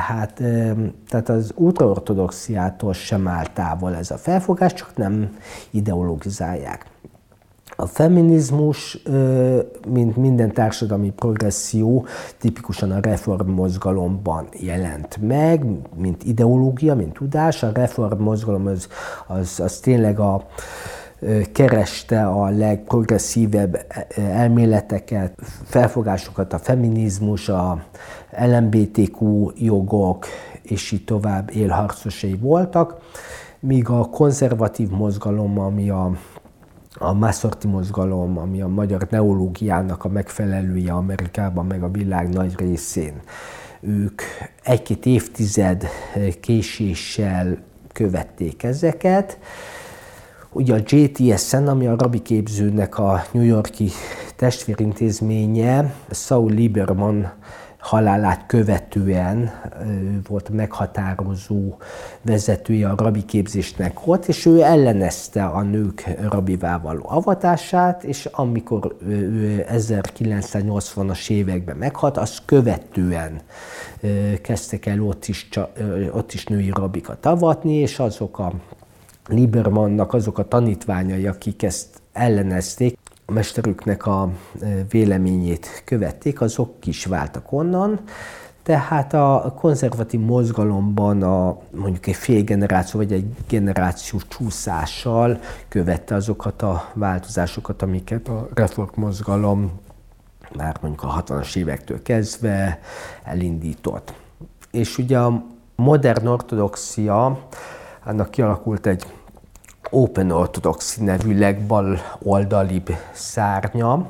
Tehát az ultraortodoxiától sem áll távol ez a felfogás, csak nem ideologizálják. A feminizmus, mint minden társadalmi progresszió, tipikusan a reformmozgalomban jelent meg, mint ideológia, mint tudás. A reformmozgalom az tényleg kereste a legprogresszívebb elméleteket, felfogásokat, a feminizmus, a LMBTQ jogok, és így tovább élharcosai voltak, míg a konzervatív mozgalom, ami a Masorti mozgalom, ami a magyar neológiának a megfelelője Amerikában, meg a világ nagy részén, ők egy-két évtized késéssel követték ezeket. Ugye a JTSN, ami a rabbi képzőnek a New York-i testvérintézménye, Saul Lieberman halálát követően volt meghatározó vezetője a rabbi képzésnek ott, és ő ellenezte a nők rabivá való avatását, és amikor ő 1980-as években meghalt, azt követően kezdtek el ott is női rabikat avatni, és azok a Liebermannak azok a tanítványai, akik ezt ellenezték, a mesterüknek a véleményét követték, azok is váltak onnan. Tehát a konzervatív mozgalomban mondjuk egy fél generáció vagy egy generáció csúszással követte azokat a változásokat, amiket a reformmozgalom már mondjuk a 60-as évektől kezdve elindított. És ugye a modern ortodoxia, annak kialakult egy Open Orthodoxy nevű legbal oldalibb szárnya,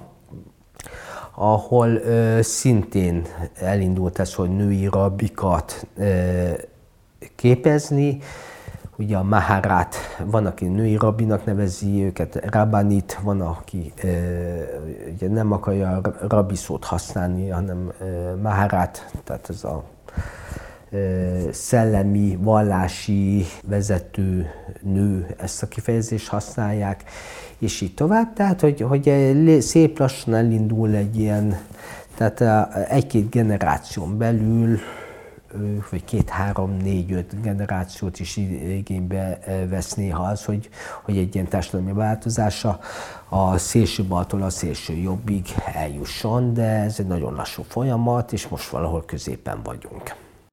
ahol szintén elindult ez, hogy női rabbikat képezni. Ugye a Maharát, van, aki női rabbinak nevezi őket, Rabbanit, van, aki ugye nem akarja rabbi szót használni, hanem Maharát, tehát ez a szellemi, vallási vezető nő, ezt a kifejezést használják, és így tovább. Tehát, hogy szép lassan elindul egy ilyen, tehát egy-két generáción belül, vagy 2-3-4-5 generációt is igénybe vesz néha az, hogy egy ilyen társadalmi változása a szélső baltól a szélső jobbig eljusson, de ez egy nagyon lassú folyamat, és most valahol középen vagyunk.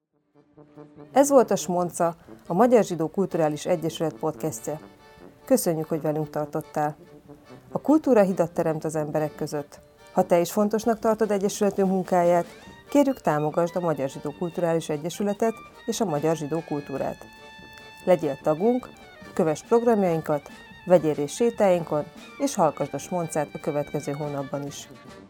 Ez volt a Smonca, a Magyar Zsidó Kulturális Egyesület podcastje. Köszönjük, hogy velünk tartottál. A kultúra hidat teremt az emberek között. Ha te is fontosnak tartod egyesületünk munkáját, kérjük, támogasd a Magyar Zsidó Kulturális Egyesületet és a magyar zsidó kultúrát. Legyél tagunk, kövess programjainkat, vegyél részt sétáinkon, és hallgassd a Smoncát a következő hónapban is.